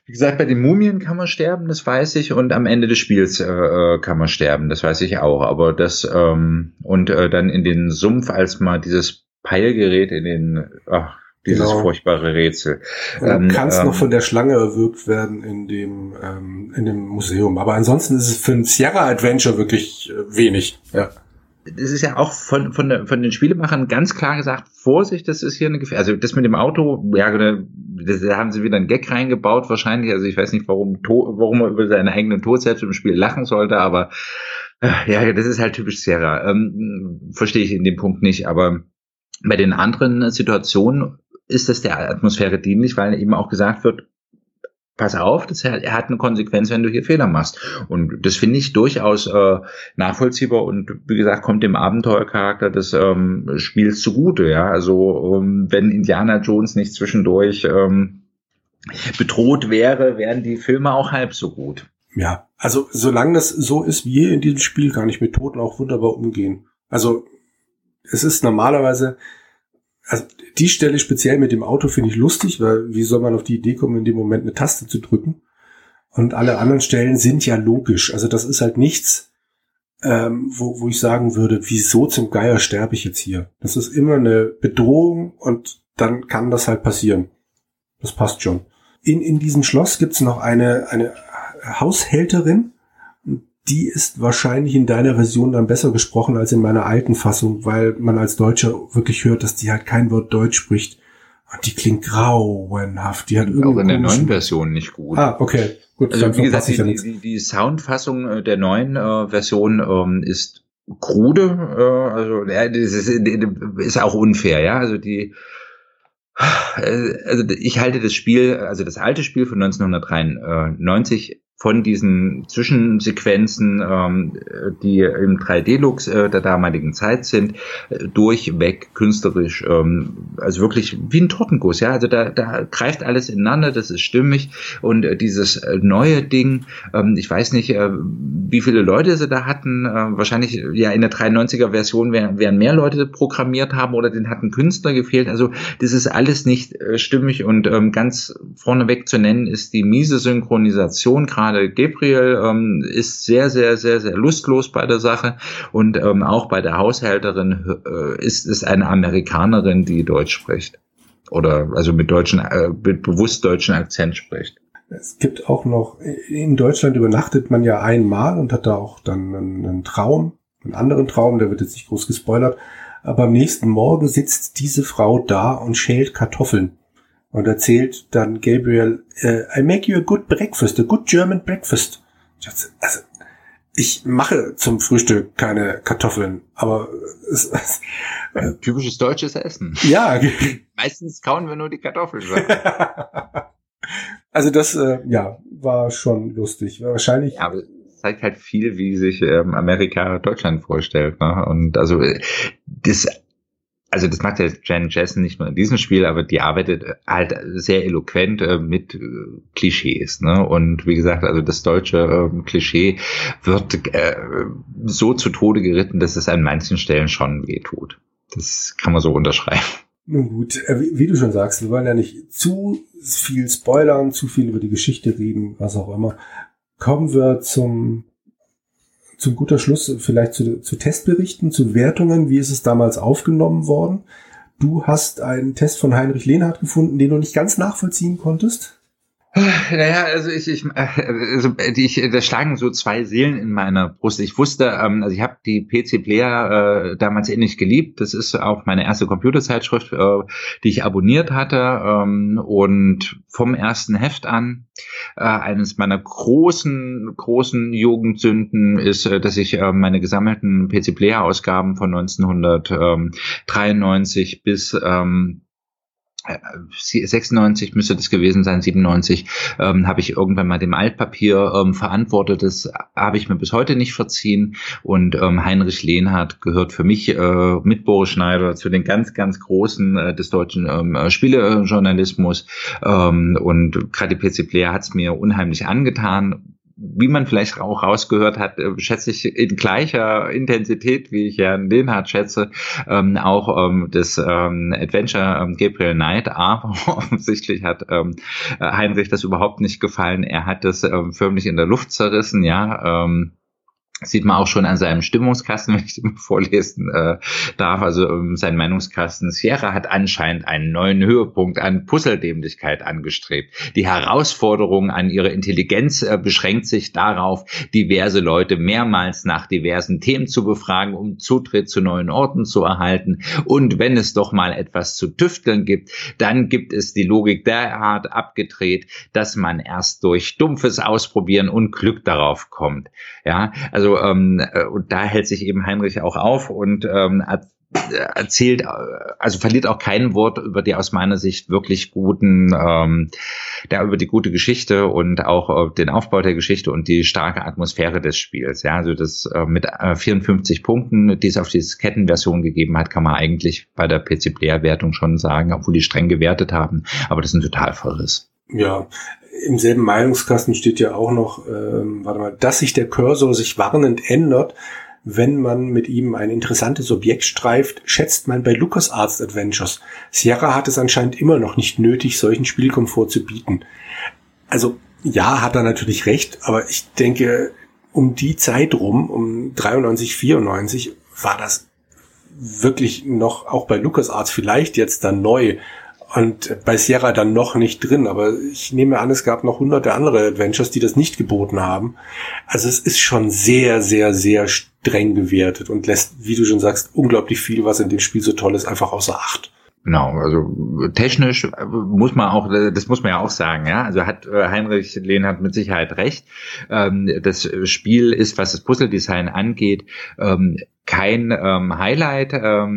Wie gesagt, bei den Mumien kann man sterben, das weiß ich, und am Ende des Spiels kann man sterben, das weiß ich auch. Aber das dann in den Sumpf, als mal dieses Peilgerät dieses furchtbare Rätsel. Du kannst noch von der Schlange erwürgt werden in dem Museum. Aber ansonsten ist es für ein Sierra Adventure wirklich wenig. Ja. Das ist ja auch von den Spielemachern ganz klar gesagt, Vorsicht, das ist hier eine Gefahr. Also das mit dem Auto, ja, da haben sie wieder einen Gag reingebaut wahrscheinlich. Also ich weiß nicht, warum er über seinen eigenen Tod selbst im Spiel lachen sollte, aber ja, das ist halt typisch Sierra. Verstehe ich in dem Punkt nicht, aber bei den anderen Situationen ist das der Atmosphäre dienlich, weil eben auch gesagt wird, pass auf, er hat eine Konsequenz, wenn du hier Fehler machst. Und das finde ich durchaus nachvollziehbar und wie gesagt, kommt dem Abenteuercharakter des Spiels zugute. Ja, also wenn Indiana Jones nicht zwischendurch bedroht wäre, wären die Filme auch halb so gut. Ja, also solange das so ist wie hier in diesem Spiel, kann ich mit Toten auch wunderbar umgehen. Also es ist normalerweise, also die Stelle speziell mit dem Auto finde ich lustig, weil wie soll man auf die Idee kommen, in dem Moment eine Taste zu drücken? Und alle anderen Stellen sind ja logisch. Also das ist halt nichts, wo ich sagen würde, wieso zum Geier sterbe ich jetzt hier? Das ist immer eine Bedrohung und dann kann das halt passieren. Das passt schon. In diesem Schloss gibt's noch eine Haushälterin. Die ist wahrscheinlich in deiner Version dann besser gesprochen als in meiner alten Fassung, weil man als Deutscher wirklich hört, dass die halt kein Wort Deutsch spricht. Und die klingt grauenhaft. Die hat auch in der neuen Version nicht gut. Ah, okay. Gut, also wie gesagt, die Soundfassung der neuen Version ist krude. Also das ist auch unfair, ja. Also ich halte das Spiel, also das alte Spiel von 1993, von diesen Zwischensequenzen, die im 3D-Lux der damaligen Zeit sind, durchweg künstlerisch, also wirklich wie ein Tortenguss, ja, also da greift alles ineinander, das ist stimmig und dieses neue Ding, ich weiß nicht, wie viele Leute sie da hatten, wahrscheinlich ja in der 93er-Version werden mehr Leute programmiert haben oder den hat ein Künstler gefehlt, also das ist alles nicht stimmig und ganz vorneweg zu nennen ist die miese Synchronisation, gerade Gabriel ist sehr, sehr, sehr, sehr lustlos bei der Sache und auch bei der Haushälterin ist es eine Amerikanerin, die Deutsch spricht oder also mit bewusst deutschen Akzent spricht. Es gibt auch noch, in Deutschland übernachtet man ja einmal und hat da auch dann einen anderen Traum, der wird jetzt nicht groß gespoilert, aber am nächsten Morgen sitzt diese Frau da und schält Kartoffeln. Und erzählt dann Gabriel, I make you a good breakfast, a good German breakfast. Also, ich mache zum Frühstück keine Kartoffeln, aber ein typisches deutsches Essen. Ja. Meistens kauen wir nur die Kartoffeln. Also das, war schon lustig. Wahrscheinlich. Ja, aber es zeigt halt viel, wie sich Amerika Deutschland vorstellt. Ne? Und also das macht ja Jen Jessen nicht nur in diesem Spiel, aber die arbeitet halt sehr eloquent mit Klischees, ne? Und wie gesagt, also das deutsche Klischee wird so zu Tode geritten, dass es an manchen Stellen schon wehtut. Das kann man so unterschreiben. Nun gut, wie du schon sagst, wir wollen ja nicht zu viel spoilern, zu viel über die Geschichte reden, was auch immer. Kommen wir zum guter Schluss vielleicht zu Testberichten, zu Wertungen. Wie ist es damals aufgenommen worden? Du hast einen Test von Heinrich Lehnhardt gefunden, den du nicht ganz nachvollziehen konntest. Naja, also da schlagen so zwei Seelen in meiner Brust. Ich wusste, also ich habe die PC-Player damals ähnlich geliebt. Das ist auch meine erste Computerzeitschrift, die ich abonniert hatte. Und vom ersten Heft an, eines meiner großen Jugendsünden ist, dass ich meine gesammelten PC-Player-Ausgaben von 1993 bis 96 müsste das gewesen sein, 97, habe ich irgendwann mal dem Altpapier verantwortet. Das habe ich mir bis heute nicht verziehen. Und Heinrich Lehnhardt gehört für mich mit Boris Schneider zu den ganz, ganz Großen des deutschen Spielejournalismus. Und gerade die PC Player hat es mir unheimlich angetan. wie man vielleicht auch rausgehört hat, schätze ich in gleicher Intensität, wie ich Herrn Lenhardt schätze, auch das Adventure Gabriel Knight, aber offensichtlich hat Heinrich das überhaupt nicht gefallen. Er hat das förmlich in der Luft zerrissen, ja. Sieht man auch schon an seinem Stimmungskasten, wenn ich den vorlesen darf. Also sein Meinungskasten: Sierra hat anscheinend einen neuen Höhepunkt an Puzzledämlichkeit angestrebt. Die Herausforderung an ihre Intelligenz beschränkt sich darauf, diverse Leute mehrmals nach diversen Themen zu befragen, um Zutritt zu neuen Orten zu erhalten. Und wenn es doch mal etwas zu tüfteln gibt, dann gibt es die Logik derart abgedreht, dass man erst durch dumpfes Ausprobieren und Glück darauf kommt. Ja, also und da hält sich eben Heinrich auch auf und erzählt, also verliert auch kein Wort über die aus meiner Sicht wirklich guten, über die gute Geschichte und auch den Aufbau der Geschichte und die starke Atmosphäre des Spiels. Ja, also das mit 54 Punkten, die es auf diese Kettenversion gegeben hat, kann man eigentlich bei der PC-Player-Wertung schon sagen, obwohl die streng gewertet haben, aber das ist ein Totalverriss. Ja, im selben Meinungskasten steht ja auch noch, dass sich der Cursor sich warnend ändert, wenn man mit ihm ein interessantes Objekt streift, schätzt man bei LucasArts Adventures. Sierra hat es anscheinend immer noch nicht nötig, solchen Spielkomfort zu bieten. Also, ja, hat er natürlich recht, aber ich denke, um die Zeit rum, um 93, 94, war das wirklich noch, auch bei LucasArts vielleicht jetzt dann neu, und bei Sierra dann noch nicht drin, aber ich nehme an, es gab noch hunderte andere Adventures, die das nicht geboten haben. Also es ist schon sehr, sehr, sehr streng gewertet und lässt, wie du schon sagst, unglaublich viel, was in dem Spiel so toll ist, einfach außer Acht. Genau, also technisch muss man auch, das muss man ja auch sagen, ja, also hat Heinrich Lenhardt mit Sicherheit recht. Das Spiel ist, was das Puzzle-Design angeht, kein Highlight,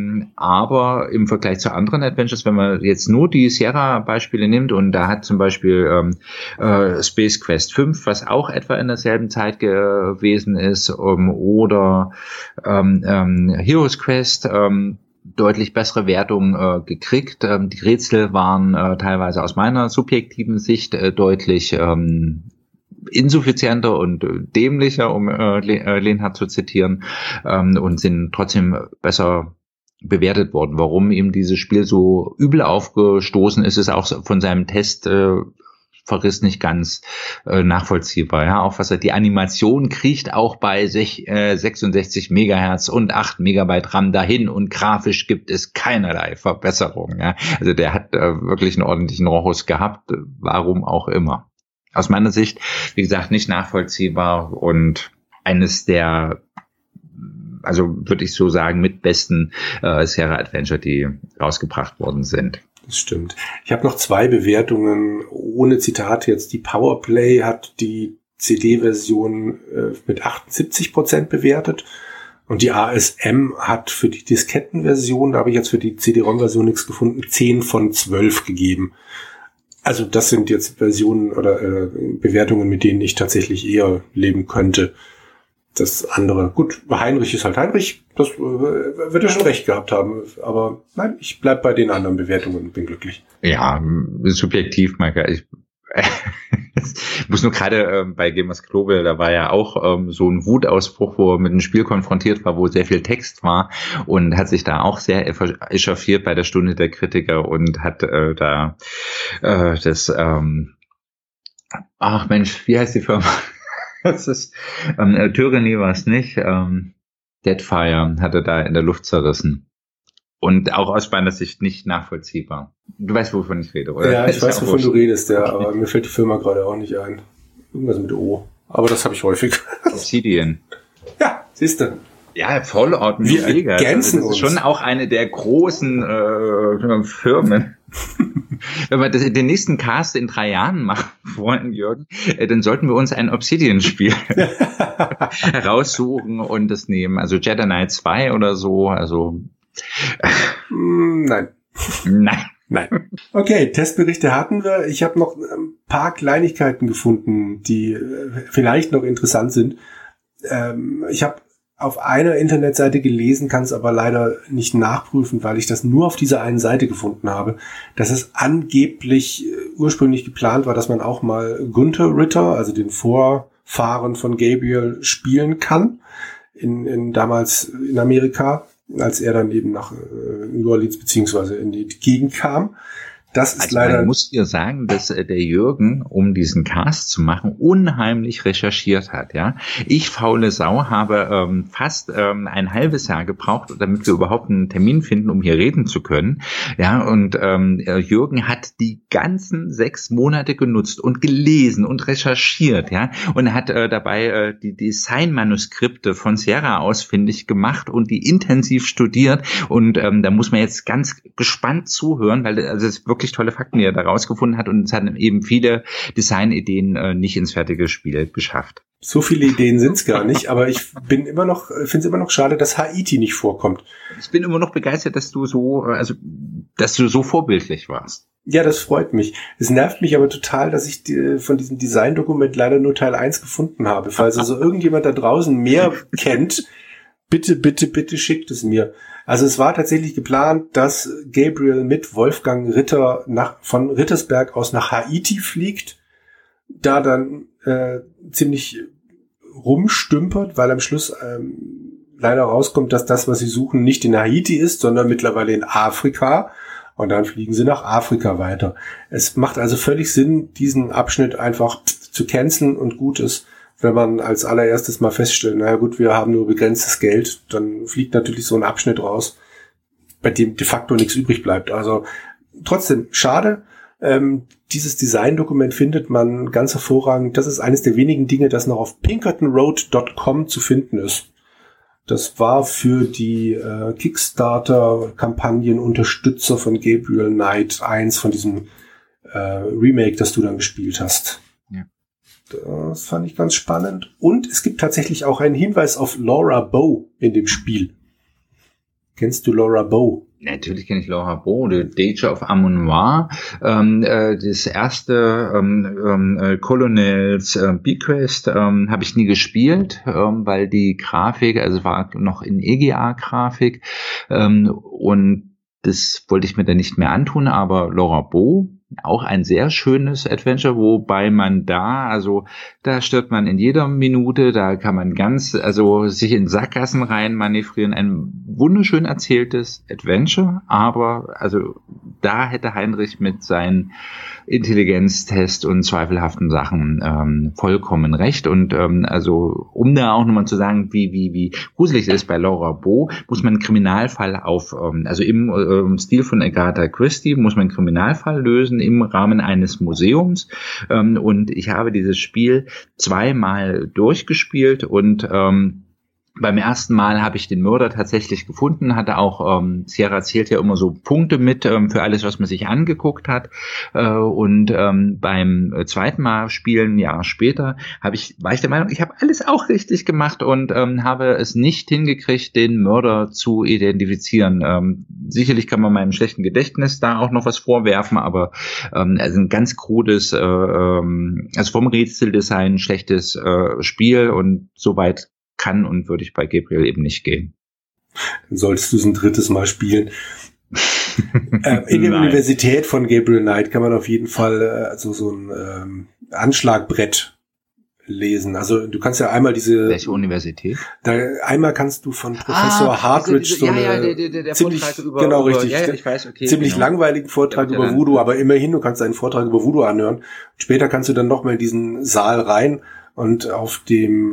aber im Vergleich zu anderen Adventures, wenn man jetzt nur die Sierra-Beispiele nimmt, und da hat zum Beispiel Space Quest 5, was auch etwa in derselben Zeit gewesen ist, oder Heroes Quest, deutlich bessere Wertung gekriegt. Die Rätsel waren teilweise aus meiner subjektiven Sicht deutlich insuffizienter und dämlicher, um Lenhardt zu zitieren, und sind trotzdem besser bewertet worden. Warum ihm dieses Spiel so übel aufgestoßen ist, ist auch von seinem Test Verriss nicht ganz nachvollziehbar. Ja, auch die Animation kriecht auch bei 66 Megahertz und 8 Megabyte RAM dahin, und grafisch gibt es keinerlei Verbesserung. Ja, also der hat wirklich einen ordentlichen Rochus gehabt, warum auch immer. Aus meiner Sicht, wie gesagt, nicht nachvollziehbar und eines der, also würde ich so sagen, mit besten Sierra Adventure, die rausgebracht worden sind. Das stimmt. Ich habe noch 2 Bewertungen ohne Zitate jetzt. Die Powerplay hat die CD-Version mit 78% bewertet und die ASM hat für die Diskettenversion, da habe ich jetzt für die CD-ROM-Version nichts gefunden, 10 von 12 gegeben. Also das sind jetzt Versionen oder Bewertungen, mit denen ich tatsächlich eher leben könnte. Das andere, gut, Heinrich ist halt Heinrich, das wird er schon recht gehabt haben, aber nein, ich bleib bei den anderen Bewertungen und bin glücklich. Ja, subjektiv, Michael, ich muss nur gerade bei Gamers Global, da war ja auch so ein Wutausbruch, wo er mit einem Spiel konfrontiert war, wo sehr viel Text war, und hat sich da auch sehr echauffiert bei der Stunde der Kritiker und hat ach Mensch, wie heißt die Firma? Das ist Tyranny war es nicht. Deadfire hatte da in der Luft zerrissen. Und auch aus meiner Sicht nicht nachvollziehbar. Du weißt, wovon ich rede, oder? Ja, ich weiß, wovon du redest, ja, aber mir fällt die Firma gerade auch nicht ein. Irgendwas mit O. Aber das habe ich häufig. Obsidian. Ja, siehst du. Ja, Fallout Wir ergänzen das ist schon auch eine der großen Firmen. Wenn wir den nächsten Cast in 3 Jahren machen wollen, Jürgen, dann sollten wir uns ein Obsidian-Spiel heraussuchen und das nehmen. Also Jedi Knight 2 oder so. Also Nein. Okay, Testberichte hatten wir. Ich habe noch ein paar Kleinigkeiten gefunden, die vielleicht noch interessant sind. Ich habe auf einer Internetseite gelesen, kann es aber leider nicht nachprüfen, weil ich das nur auf dieser einen Seite gefunden habe, dass es angeblich ursprünglich geplant war, dass man auch mal Gunther Ritter, also den Vorfahren von Gabriel spielen kann, damals in Amerika, als er dann eben nach New Orleans beziehungsweise in die Gegend kam. Das ist also leider. Man muss dir sagen, dass der Jürgen, um diesen Cast zu machen, unheimlich recherchiert hat. Ja, ich faule Sau habe fast ein halbes Jahr gebraucht, damit wir überhaupt einen Termin finden, um hier reden zu können. Ja, und Jürgen hat die ganzen 6 Monate genutzt und gelesen und recherchiert. Ja, und hat dabei die Designmanuskripte von Sierra ausfindig gemacht und die intensiv studiert. Und da muss man jetzt ganz gespannt zuhören, weil also es wirklich tolle Fakten, die er da rausgefunden hat, und es hat eben viele Designideen nicht ins fertige Spiel geschafft. So viele Ideen sind's gar nicht, aber ich finde es immer noch schade, dass Haiti nicht vorkommt. Ich bin immer noch begeistert, dass du so vorbildlich warst. Ja, das freut mich. Es nervt mich aber total, dass ich von diesem Designdokument leider nur Teil 1 gefunden habe. Falls also irgendjemand da draußen mehr kennt, bitte schickt es mir. Also es war tatsächlich geplant, dass Gabriel mit Wolfgang Ritter von Rittersberg aus nach Haiti fliegt, da dann ziemlich rumstümpert, weil am Schluss leider rauskommt, dass das, was sie suchen, nicht in Haiti ist, sondern mittlerweile in Afrika. Und dann fliegen sie nach Afrika weiter. Es macht also völlig Sinn, diesen Abschnitt einfach zu canceln, und gut ist, wenn man als allererstes mal feststellt, naja gut, wir haben nur begrenztes Geld, dann fliegt natürlich so ein Abschnitt raus, bei dem de facto nichts übrig bleibt. Also trotzdem, schade. Dieses Designdokument findet man ganz hervorragend. Das ist eines der wenigen Dinge, das noch auf pinkertonroad.com zu finden ist. Das war für die Kickstarter-Kampagnen-Unterstützer von Gabriel Knight 1 von diesem Remake, das du dann gespielt hast. Ja. Das fand ich ganz spannend. Und es gibt tatsächlich auch einen Hinweis auf Laura Bow in dem Spiel. Kennst du Laura Bow? Natürlich kenne ich Laura Bow, The Danger of Amun-Ra, das erste Colonels Bequest habe ich nie gespielt, weil die Grafik, also war noch in EGA-Grafik, und das wollte ich mir dann nicht mehr antun, aber Laura Bow, auch ein sehr schönes Adventure, wobei man da stirbt man in jeder Minute, da kann man sich in Sackgassen rein manövrieren. Ein wunderschön erzähltes Adventure, aber da hätte Heinrich mit seinen Intelligenztest und zweifelhaften Sachen vollkommen recht. Und um da auch nochmal zu sagen, wie gruselig es ist bei Laura Bow, muss man einen Kriminalfall im Stil von Agatha Christie muss man einen Kriminalfall lösen im Rahmen eines Museums. Und ich habe dieses Spiel 2-mal durchgespielt, und beim ersten Mal habe ich den Mörder tatsächlich gefunden, hatte auch, Sierra zählt ja immer so Punkte mit für alles, was man sich angeguckt hat. Und beim zweiten Mal spielen, ein Jahr später, war ich der Meinung, ich habe alles auch richtig gemacht und habe es nicht hingekriegt, den Mörder zu identifizieren. Sicherlich kann man meinem schlechten Gedächtnis da auch noch was vorwerfen, aber ein ganz krudes, vom Rätseldesign schlechtes Spiel, und soweit kann und würde ich bei Gabriel eben nicht gehen. Dann solltest du es ein drittes Mal spielen. In der Universität von Gabriel Knight kann man auf jeden Fall so ein Anschlagbrett lesen. Also du kannst ja einmal Welche Universität? Einmal kannst du von Professor Hartridge der ziemlich, Vortrag über genau, richtig, ich weiß, okay, ziemlich langweiligen Vortrag über Voodoo, aber immerhin, du kannst einen Vortrag über Voodoo anhören. Später kannst du dann noch mal in diesen Saal rein, und auf diesem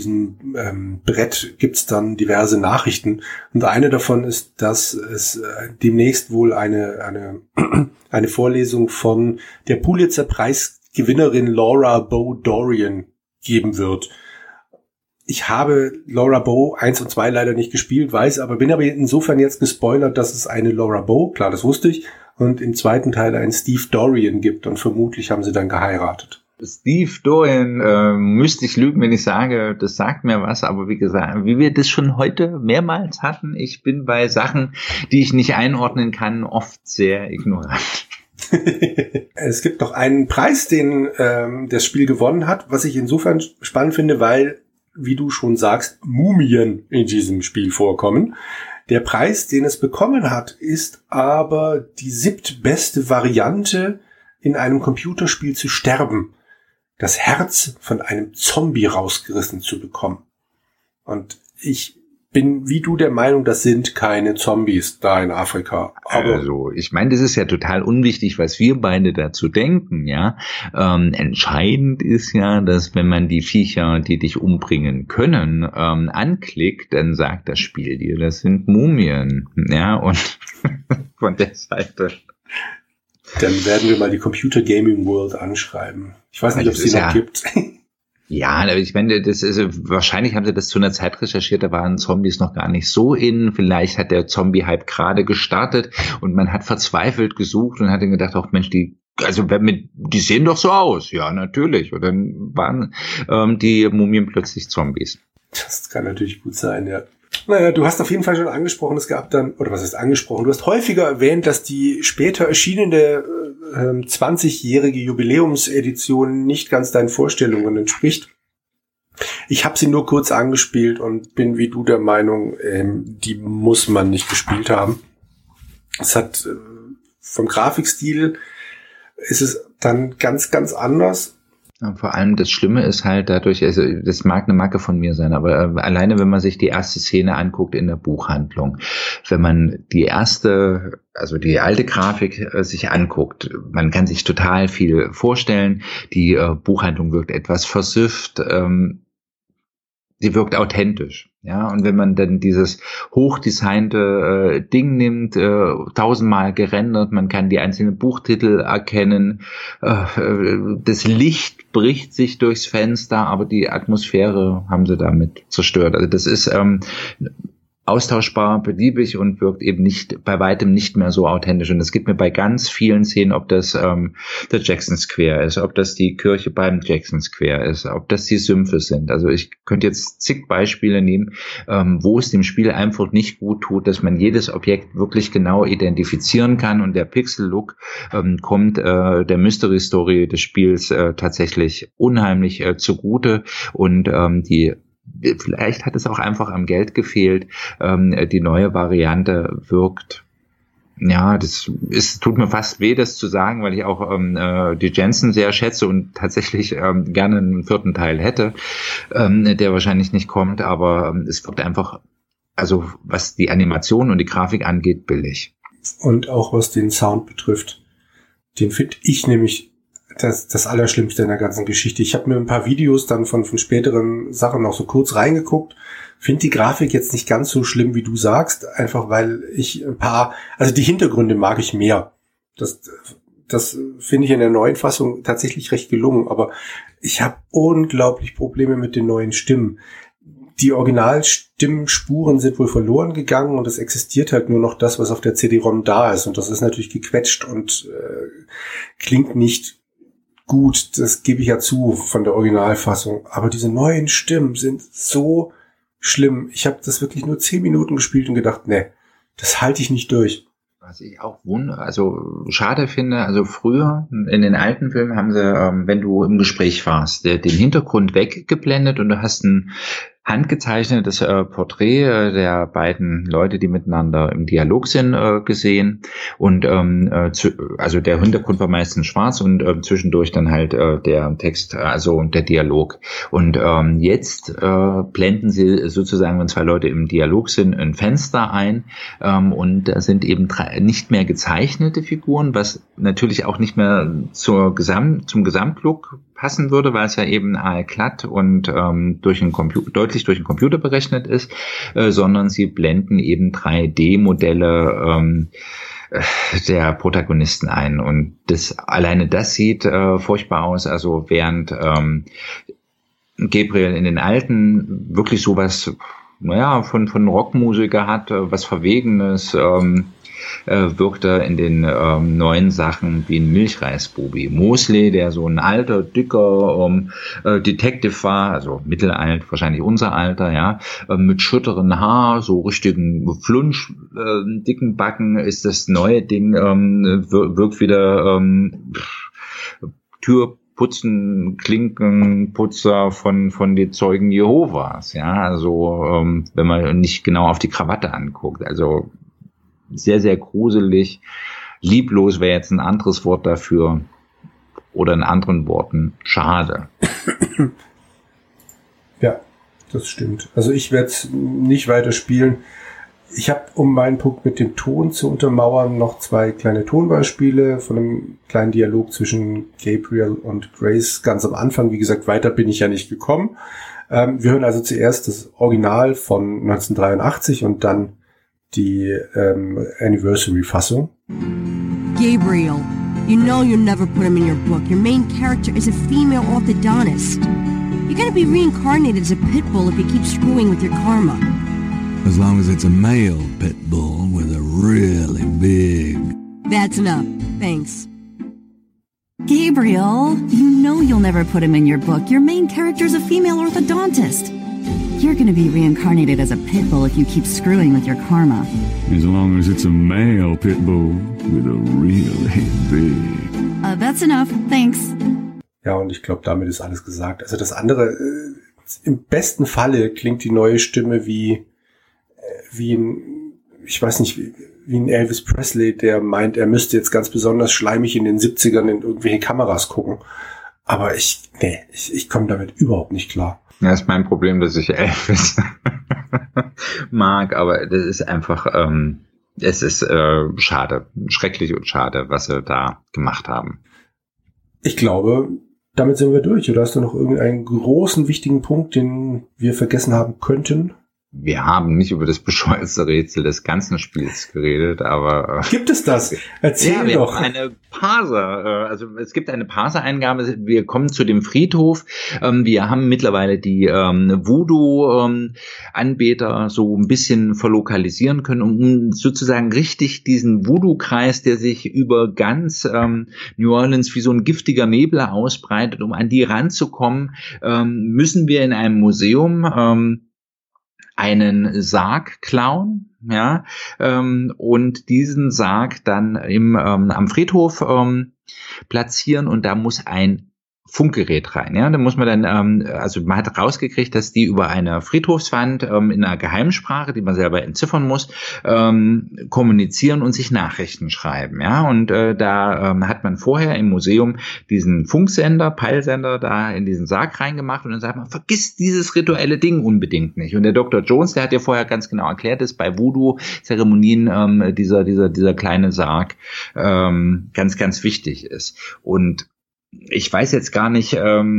Brett gibt's dann diverse Nachrichten. Und eine davon ist, dass es demnächst wohl eine Vorlesung von der Pulitzer-Preisgewinnerin Laura Bow Dorian geben wird. Ich habe Laura Bow 1 und 2 leider nicht gespielt, bin aber insofern jetzt gespoilert, dass es eine Laura Bow, klar, das wusste ich, und im zweiten Teil einen Steve Dorian gibt, und vermutlich haben sie dann geheiratet. Steve Dorian, müsste ich lügen, wenn ich sage, das sagt mir was, aber wie gesagt, wie wir das schon heute mehrmals hatten, ich bin bei Sachen, die ich nicht einordnen kann, oft sehr ignorant. Es gibt noch einen Preis, den das Spiel gewonnen hat, was ich insofern spannend finde, weil, wie du schon sagst, Mumien in diesem Spiel vorkommen. Der Preis, den es bekommen hat, ist aber die 7. beste Variante, in einem Computerspiel zu sterben. das Herz von einem Zombie rausgerissen zu bekommen. Und ich bin wie du der Meinung, das sind keine Zombies da in Afrika. Aber also, ich meine, das ist ja total unwichtig, was wir beide dazu denken, ja. Entscheidend ist ja, dass wenn man die Viecher, die dich umbringen können, anklickt, dann sagt das Spiel dir, das sind Mumien, ja, und von der Seite. Dann werden wir mal die Computer Gaming World anschreiben. Ich weiß nicht, ob es die noch gibt. Ja, aber ich meine, das ist, wahrscheinlich haben sie das zu einer Zeit recherchiert, da waren Zombies noch gar nicht so in. Vielleicht hat der Zombie-Hype gerade gestartet und man hat verzweifelt gesucht und hat dann gedacht, ach Mensch, die sehen doch so aus. Ja, natürlich. Und dann waren die Mumien plötzlich Zombies. Das kann natürlich gut sein, ja. Naja, du hast auf jeden Fall schon angesprochen, es gab dann, oder was heißt angesprochen, du hast häufiger erwähnt, dass die später erschienene 20-jährige Jubiläumsedition nicht ganz deinen Vorstellungen entspricht. Ich habe sie nur kurz angespielt und bin wie du der Meinung, die muss man nicht gespielt haben. Es hat vom Grafikstil ist es dann ganz, ganz anders. Vor allem das Schlimme ist halt dadurch, also das mag eine Macke von mir sein, aber alleine wenn man sich die erste Szene anguckt in der Buchhandlung, wenn man die alte Grafik sich anguckt, man kann sich total viel vorstellen, die Buchhandlung wirkt etwas versifft, sie wirkt authentisch, ja, und wenn man dann dieses hochdesignte Ding nimmt, 1000-mal gerendert, man kann die einzelnen Buchtitel erkennen, das Licht bricht sich durchs Fenster, aber die Atmosphäre haben sie damit zerstört. Also das ist austauschbar, beliebig und wirkt eben nicht, bei weitem nicht mehr so authentisch. Und das gibt mir bei ganz vielen Szenen, ob das der Jackson Square ist, ob das die Kirche beim Jackson Square ist, ob das die Sümpfe sind. Also ich könnte jetzt zig Beispiele nehmen, wo es dem Spiel einfach nicht gut tut, dass man jedes Objekt wirklich genau identifizieren kann und der Pixel-Look kommt der Mystery-Story des Spiels tatsächlich unheimlich zugute und vielleicht hat es auch einfach am Geld gefehlt. Die neue Variante wirkt, ja, tut mir fast weh, das zu sagen, weil ich auch die Jensen sehr schätze und tatsächlich gerne einen 4. Teil hätte, der wahrscheinlich nicht kommt, aber es wirkt einfach, also was die Animation und die Grafik angeht, billig. Und auch was den Sound betrifft, den finde ich nämlich das Allerschlimmste in der ganzen Geschichte. Ich habe mir ein paar Videos dann von späteren Sachen noch so kurz reingeguckt. Finde die Grafik jetzt nicht ganz so schlimm, wie du sagst, einfach weil ich also die Hintergründe mag ich mehr. Das finde ich in der neuen Fassung tatsächlich recht gelungen, aber ich habe unglaublich Probleme mit den neuen Stimmen. Die Originalstimmspuren sind wohl verloren gegangen und es existiert halt nur noch das, was auf der CD-ROM da ist. Und das ist natürlich gequetscht und klingt nicht gut, das gebe ich ja zu von der Originalfassung. Aber diese neuen Stimmen sind so schlimm. Ich habe das wirklich nur 10 Minuten gespielt und gedacht, nee, das halte ich nicht durch. Was ich auch schade finde, also früher in den alten Filmen haben sie, wenn du im Gespräch warst, den Hintergrund weggeblendet und du hast ein handgezeichnetes Porträt der beiden Leute, die miteinander im Dialog sind, gesehen. Und also der Hintergrund war meistens schwarz und zwischendurch dann halt der Text, also der Dialog. Und jetzt blenden sie sozusagen, wenn 2 Leute im Dialog sind, ein Fenster ein und da sind eben nicht mehr gezeichnete Figuren, was natürlich auch nicht mehr zum Gesamtlook passen würde, weil es ja eben glatt und deutlich durch den Computer berechnet ist, sondern sie blenden eben 3D-Modelle der Protagonisten ein. Und alleine das sieht furchtbar aus. Also während Gabriel in den alten wirklich sowas, von Rockmusiker hat, was Verwegenes, wirkt er in den neuen Sachen wie ein Milchreisbubi. Mosley, der so ein alter, dicker Detective war, also mittelalt, wahrscheinlich unser Alter, ja, mit schütteren Haar, so richtigen Flunsch, dicken Backen, ist das neue Ding, wirkt wieder Türputzen, Klinkenputzer von den Zeugen Jehovas, ja, also wenn man nicht genau auf die Krawatte anguckt, also sehr, sehr gruselig. Lieblos wäre jetzt ein anderes Wort dafür. oder in anderen Worten schade. Ja, das stimmt. Also ich werde es nicht weiter spielen. Ich habe, um meinen Punkt mit dem Ton zu untermauern, noch 2 kleine Tonbeispiele von einem kleinen Dialog zwischen Gabriel und Grace ganz am Anfang. Wie gesagt, weiter bin ich ja nicht gekommen. Wir hören also zuerst das Original von 1983 und dann die Anniversary-Fassung. Gabriel, you know you'll never put him in your book. Your main character is a female orthodontist. You're gonna be reincarnated as a pit bull if you keep screwing with your karma. As long as it's a male pit bull with a really big... That's enough. Thanks. Gabriel, you know you'll never put him in your book. Your main character's a female orthodontist. You're gonna be reincarnated as a pit bull if you keep screwing with your karma. As long as it's a male pit bull with a really big... That's enough. Thanks. Ja, und ich glaube, damit ist alles gesagt. Also das andere, im besten Falle klingt die neue Stimme wie ein, ich weiß nicht, wie ein Elvis Presley, der meint, er müsste jetzt ganz besonders schleimig in den 70ern in irgendwelche Kameras gucken. Aber ich komme damit überhaupt nicht klar. Ja, ist mein Problem, dass ich Elvis mag, aber das ist einfach, es ist schade, schrecklich und schade, was sie da gemacht haben. Ich glaube, damit sind wir durch. Oder hast du noch irgendeinen großen, wichtigen Punkt, den wir vergessen haben könnten? Wir haben nicht über das bescheuerte Rätsel des ganzen Spiels geredet, aber... Gibt es das? Erzähl wir doch. Haben eine Parser, also es gibt eine Parser-Eingabe, wir kommen zu dem Friedhof, wir haben mittlerweile die Voodoo-Anbeter so ein bisschen verlokalisieren können, um sozusagen richtig diesen Voodoo-Kreis, der sich über ganz New Orleans wie so ein giftiger Nebel ausbreitet, um an die ranzukommen, müssen wir in einem Museum einen Sarg klauen, ja, und diesen Sarg dann am Friedhof platzieren, und da muss ein Funkgerät rein, ja, da muss man dann, also man hat rausgekriegt, dass die über eine Friedhofswand in einer Geheimsprache, die man selber entziffern muss, kommunizieren und sich Nachrichten schreiben, ja, und da hat man vorher im Museum diesen Funksender, Peilsender da in diesen Sarg reingemacht, und dann sagt man, vergiss dieses rituelle Ding unbedingt nicht. Und der Dr. Jones, der hat ja vorher ganz genau erklärt, dass bei Voodoo-Zeremonien dieser kleine Sarg ganz, ganz wichtig ist. Und ich weiß jetzt gar nicht,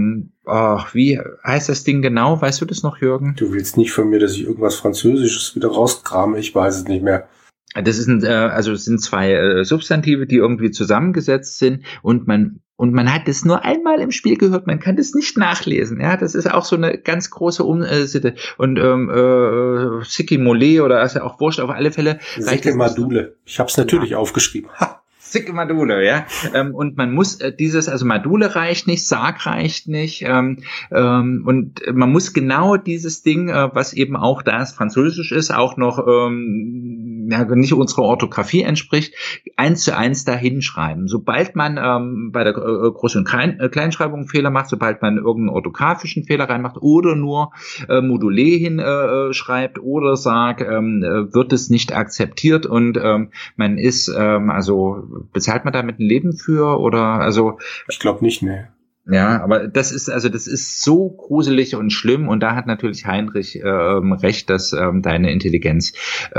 wie heißt das Ding genau? Weißt du das noch, Jürgen? Du willst nicht von mir, dass ich irgendwas Französisches wieder rauskrame. Ich weiß es nicht mehr. Das sind, es sind 2 Substantive, die irgendwie zusammengesetzt sind, und man hat das nur einmal im Spiel gehört, man kann das nicht nachlesen, ja, das ist auch so eine ganz große Sitte. Und Siki Mollet, oder ist ja auch wurscht, auf alle Fälle. Sicke Madule. Ich habe es natürlich aufgeschrieben. Ha! Sicke Madule, ja. Und man muss also Madule reicht nicht, Sarg reicht nicht, und man muss genau dieses Ding, was eben auch, da es französisch ist, auch noch nicht unserer Orthographie entspricht, 1:1 da hinschreiben. Sobald man bei der Groß- und Kleinschreibung Fehler macht, sobald man irgendeinen orthografischen Fehler reinmacht oder nur Modulé hinschreibt oder sagt, wird es nicht akzeptiert, und man ist bezahlt man damit ein Leben für, oder ich glaube nicht, ne. Ja, aber das ist so gruselig und schlimm, und da hat natürlich Heinrich recht, dass deine Intelligenz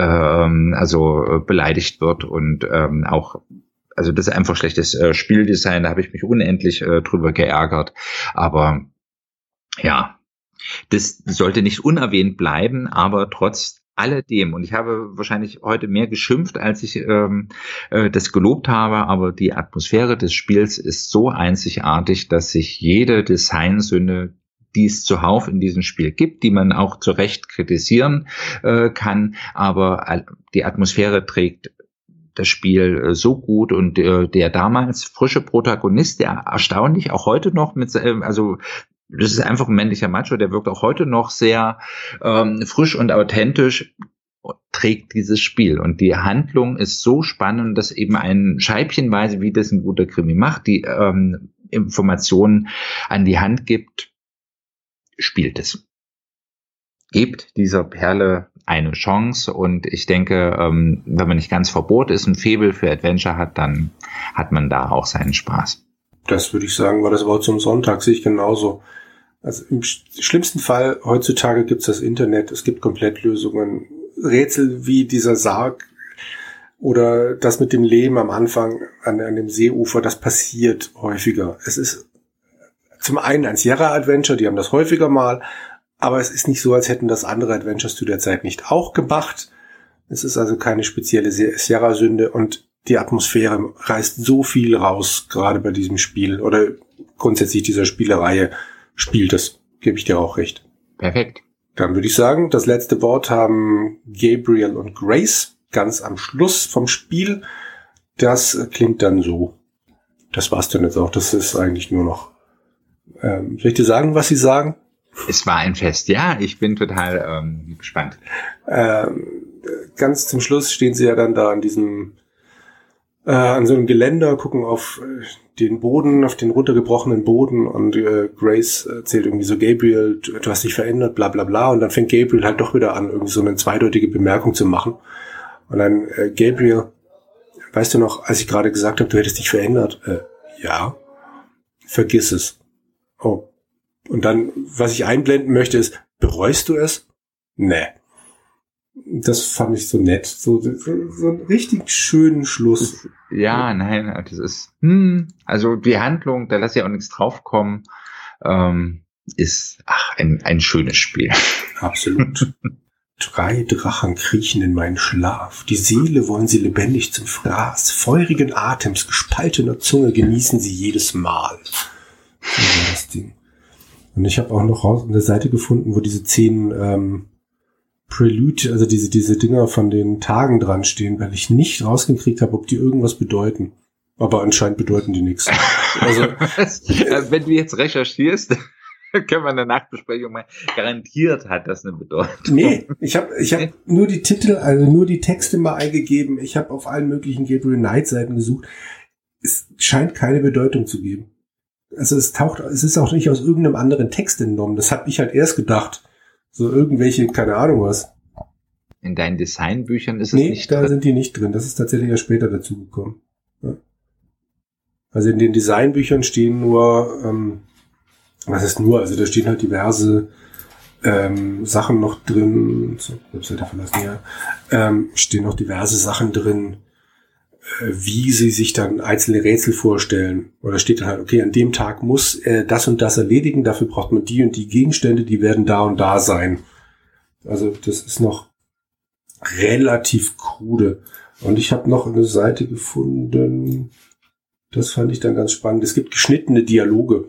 beleidigt wird, und auch, also das ist einfach schlechtes Spieldesign, da habe ich mich unendlich drüber geärgert, aber ja, das sollte nicht unerwähnt bleiben, aber trotz alledem, und ich habe wahrscheinlich heute mehr geschimpft, als ich das gelobt habe, aber die Atmosphäre des Spiels ist so einzigartig, dass sich jede Designsünde, die es zuhauf in diesem Spiel gibt, die man auch zu Recht kritisieren kann, aber die Atmosphäre trägt das Spiel so gut, und der damals frische Protagonist, der erstaunlich auch heute noch das ist einfach ein männlicher Macho, der wirkt auch heute noch sehr frisch und authentisch, trägt dieses Spiel. Und die Handlung ist so spannend, dass eben ein scheibchenweise, wie das ein guter Krimi macht, die Informationen an die Hand gibt, spielt es. Gebt dieser Perle eine Chance, und ich denke, wenn man nicht ganz verbohrt ist, ein Faible für Adventure hat, dann hat man da auch seinen Spaß. Das würde ich sagen, war das Wort zum Sonntag, sehe ich genauso. Also im schlimmsten Fall, heutzutage gibt's das Internet, es gibt Komplettlösungen, Rätsel wie dieser Sarg oder das mit dem Leben am Anfang an dem Seeufer, das passiert häufiger. Es ist zum einen ein Sierra-Adventure, die haben das häufiger mal, aber es ist nicht so, als hätten das andere Adventures zu der Zeit nicht auch gemacht. Es ist also keine spezielle Sierra-Sünde und die Atmosphäre reißt so viel raus, gerade bei diesem Spiel oder grundsätzlich dieser Spielereihe spielt das, gebe ich dir auch recht. Perfekt. Dann würde ich sagen, das letzte Wort haben Gabriel und Grace ganz am Schluss vom Spiel. Das klingt dann so. Das war's dann jetzt auch. Das ist eigentlich nur noch. Soll ich dir sagen, was sie sagen? Es war ein Fest, ja. Ich bin total gespannt. Ganz zum Schluss stehen sie ja dann da an diesem an so einem Geländer, gucken auf den Boden, auf den runtergebrochenen Boden und Grace erzählt irgendwie so, Gabriel, du hast dich verändert, bla bla bla, und dann fängt Gabriel halt doch wieder an, irgendwie so eine zweideutige Bemerkung zu machen. Und dann, Gabriel, weißt du noch, als ich gerade gesagt habe, du hättest dich verändert? Ja. Vergiss es. Oh. Und dann, was ich einblenden möchte, ist, bereust du es? Nee. Das fand ich so nett. So einen richtig schönen Schluss. Ja, nein, das ist, also die Handlung, da lass ich auch nichts draufkommen, ist, ein schönes Spiel. Absolut. 3 Drachen kriechen in meinen Schlaf. Die Seele wollen sie lebendig zum Fraß. Feurigen Atems, gespaltener Zunge genießen sie jedes Mal. So war das Ding. Und ich habe auch noch raus eine Seite gefunden, wo diese 10 Prelude, also diese Dinger von den Tagen dran stehen, weil ich nicht rausgekriegt habe, ob die irgendwas bedeuten. Aber anscheinend bedeuten die nichts. Also, wenn du jetzt recherchierst, können wir in der Nachbesprechung mal, garantiert hat das eine Bedeutung. Nee, ich hab nur die Titel, also nur die Texte mal eingegeben. Ich habe auf allen möglichen Gabriel Knight Seiten gesucht. Es scheint keine Bedeutung zu geben. Also es ist auch nicht aus irgendeinem anderen Text entnommen. Das habe ich halt erst gedacht. So irgendwelche, keine Ahnung was. In deinen Designbüchern ist es nicht drin? Nee, da sind die nicht drin. Das ist tatsächlich erst später dazu gekommen. Ja. Also in den Designbüchern stehen nur, was ist nur? Also da stehen halt diverse Sachen noch drin. So, Webseite verlassen, ja. Stehen noch diverse Sachen drin, wie sie sich dann einzelne Rätsel vorstellen. Oder steht dann halt, okay, an dem Tag muss das und das erledigen, dafür braucht man die und die Gegenstände, die werden da und da sein. Also das ist noch relativ krude. Und ich habe noch eine Seite gefunden, das fand ich dann ganz spannend. Es gibt geschnittene Dialoge,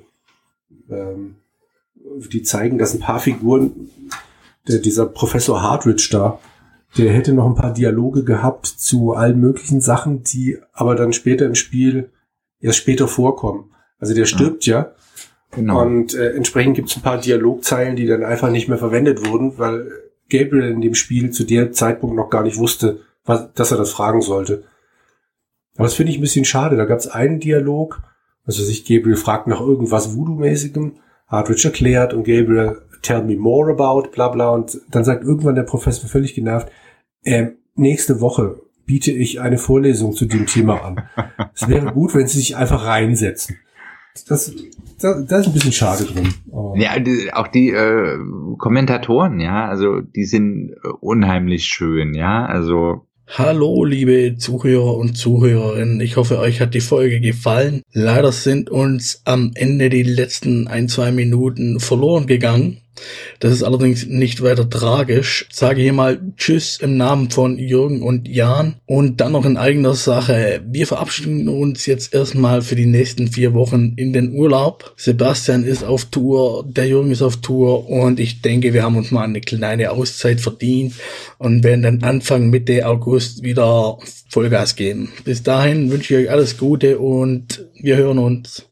die zeigen, dass ein paar Figuren, dieser Professor Hartridge da, der hätte noch ein paar Dialoge gehabt zu allen möglichen Sachen, die aber dann später im Spiel erst später vorkommen. Also der stirbt ja. Genau. Und entsprechend gibt es ein paar Dialogzeilen, die dann einfach nicht mehr verwendet wurden, weil Gabriel in dem Spiel zu dem Zeitpunkt noch gar nicht wusste, dass er das fragen sollte. Aber das finde ich ein bisschen schade. Da gab es einen Dialog, also Gabriel fragt nach irgendwas Voodoo-mäßigem, Hartridge erklärt und Gabriel tell me more about, bla bla, und dann sagt irgendwann der Professor völlig genervt, nächste Woche biete ich eine Vorlesung zu dem Thema an. Es wäre gut, wenn Sie sich einfach reinsetzen. Das ist ein bisschen schade drin. Aber ja, auch die Kommentatoren, ja, also die sind unheimlich schön, ja, also. Hallo, liebe Zuhörer und Zuhörerinnen. Ich hoffe, euch hat die Folge gefallen. Leider sind uns am Ende die letzten 1-2 Minuten verloren gegangen. Das ist allerdings nicht weiter tragisch. Ich sage hier mal Tschüss im Namen von Jürgen und Jan. Und dann noch in eigener Sache. Wir verabschieden uns jetzt erstmal für die nächsten 4 Wochen in den Urlaub. Sebastian ist auf Tour, der Jürgen ist auf Tour und ich denke, wir haben uns mal eine kleine Auszeit verdient und werden dann Anfang Mitte August wieder Vollgas geben. Bis dahin wünsche ich euch alles Gute und wir hören uns.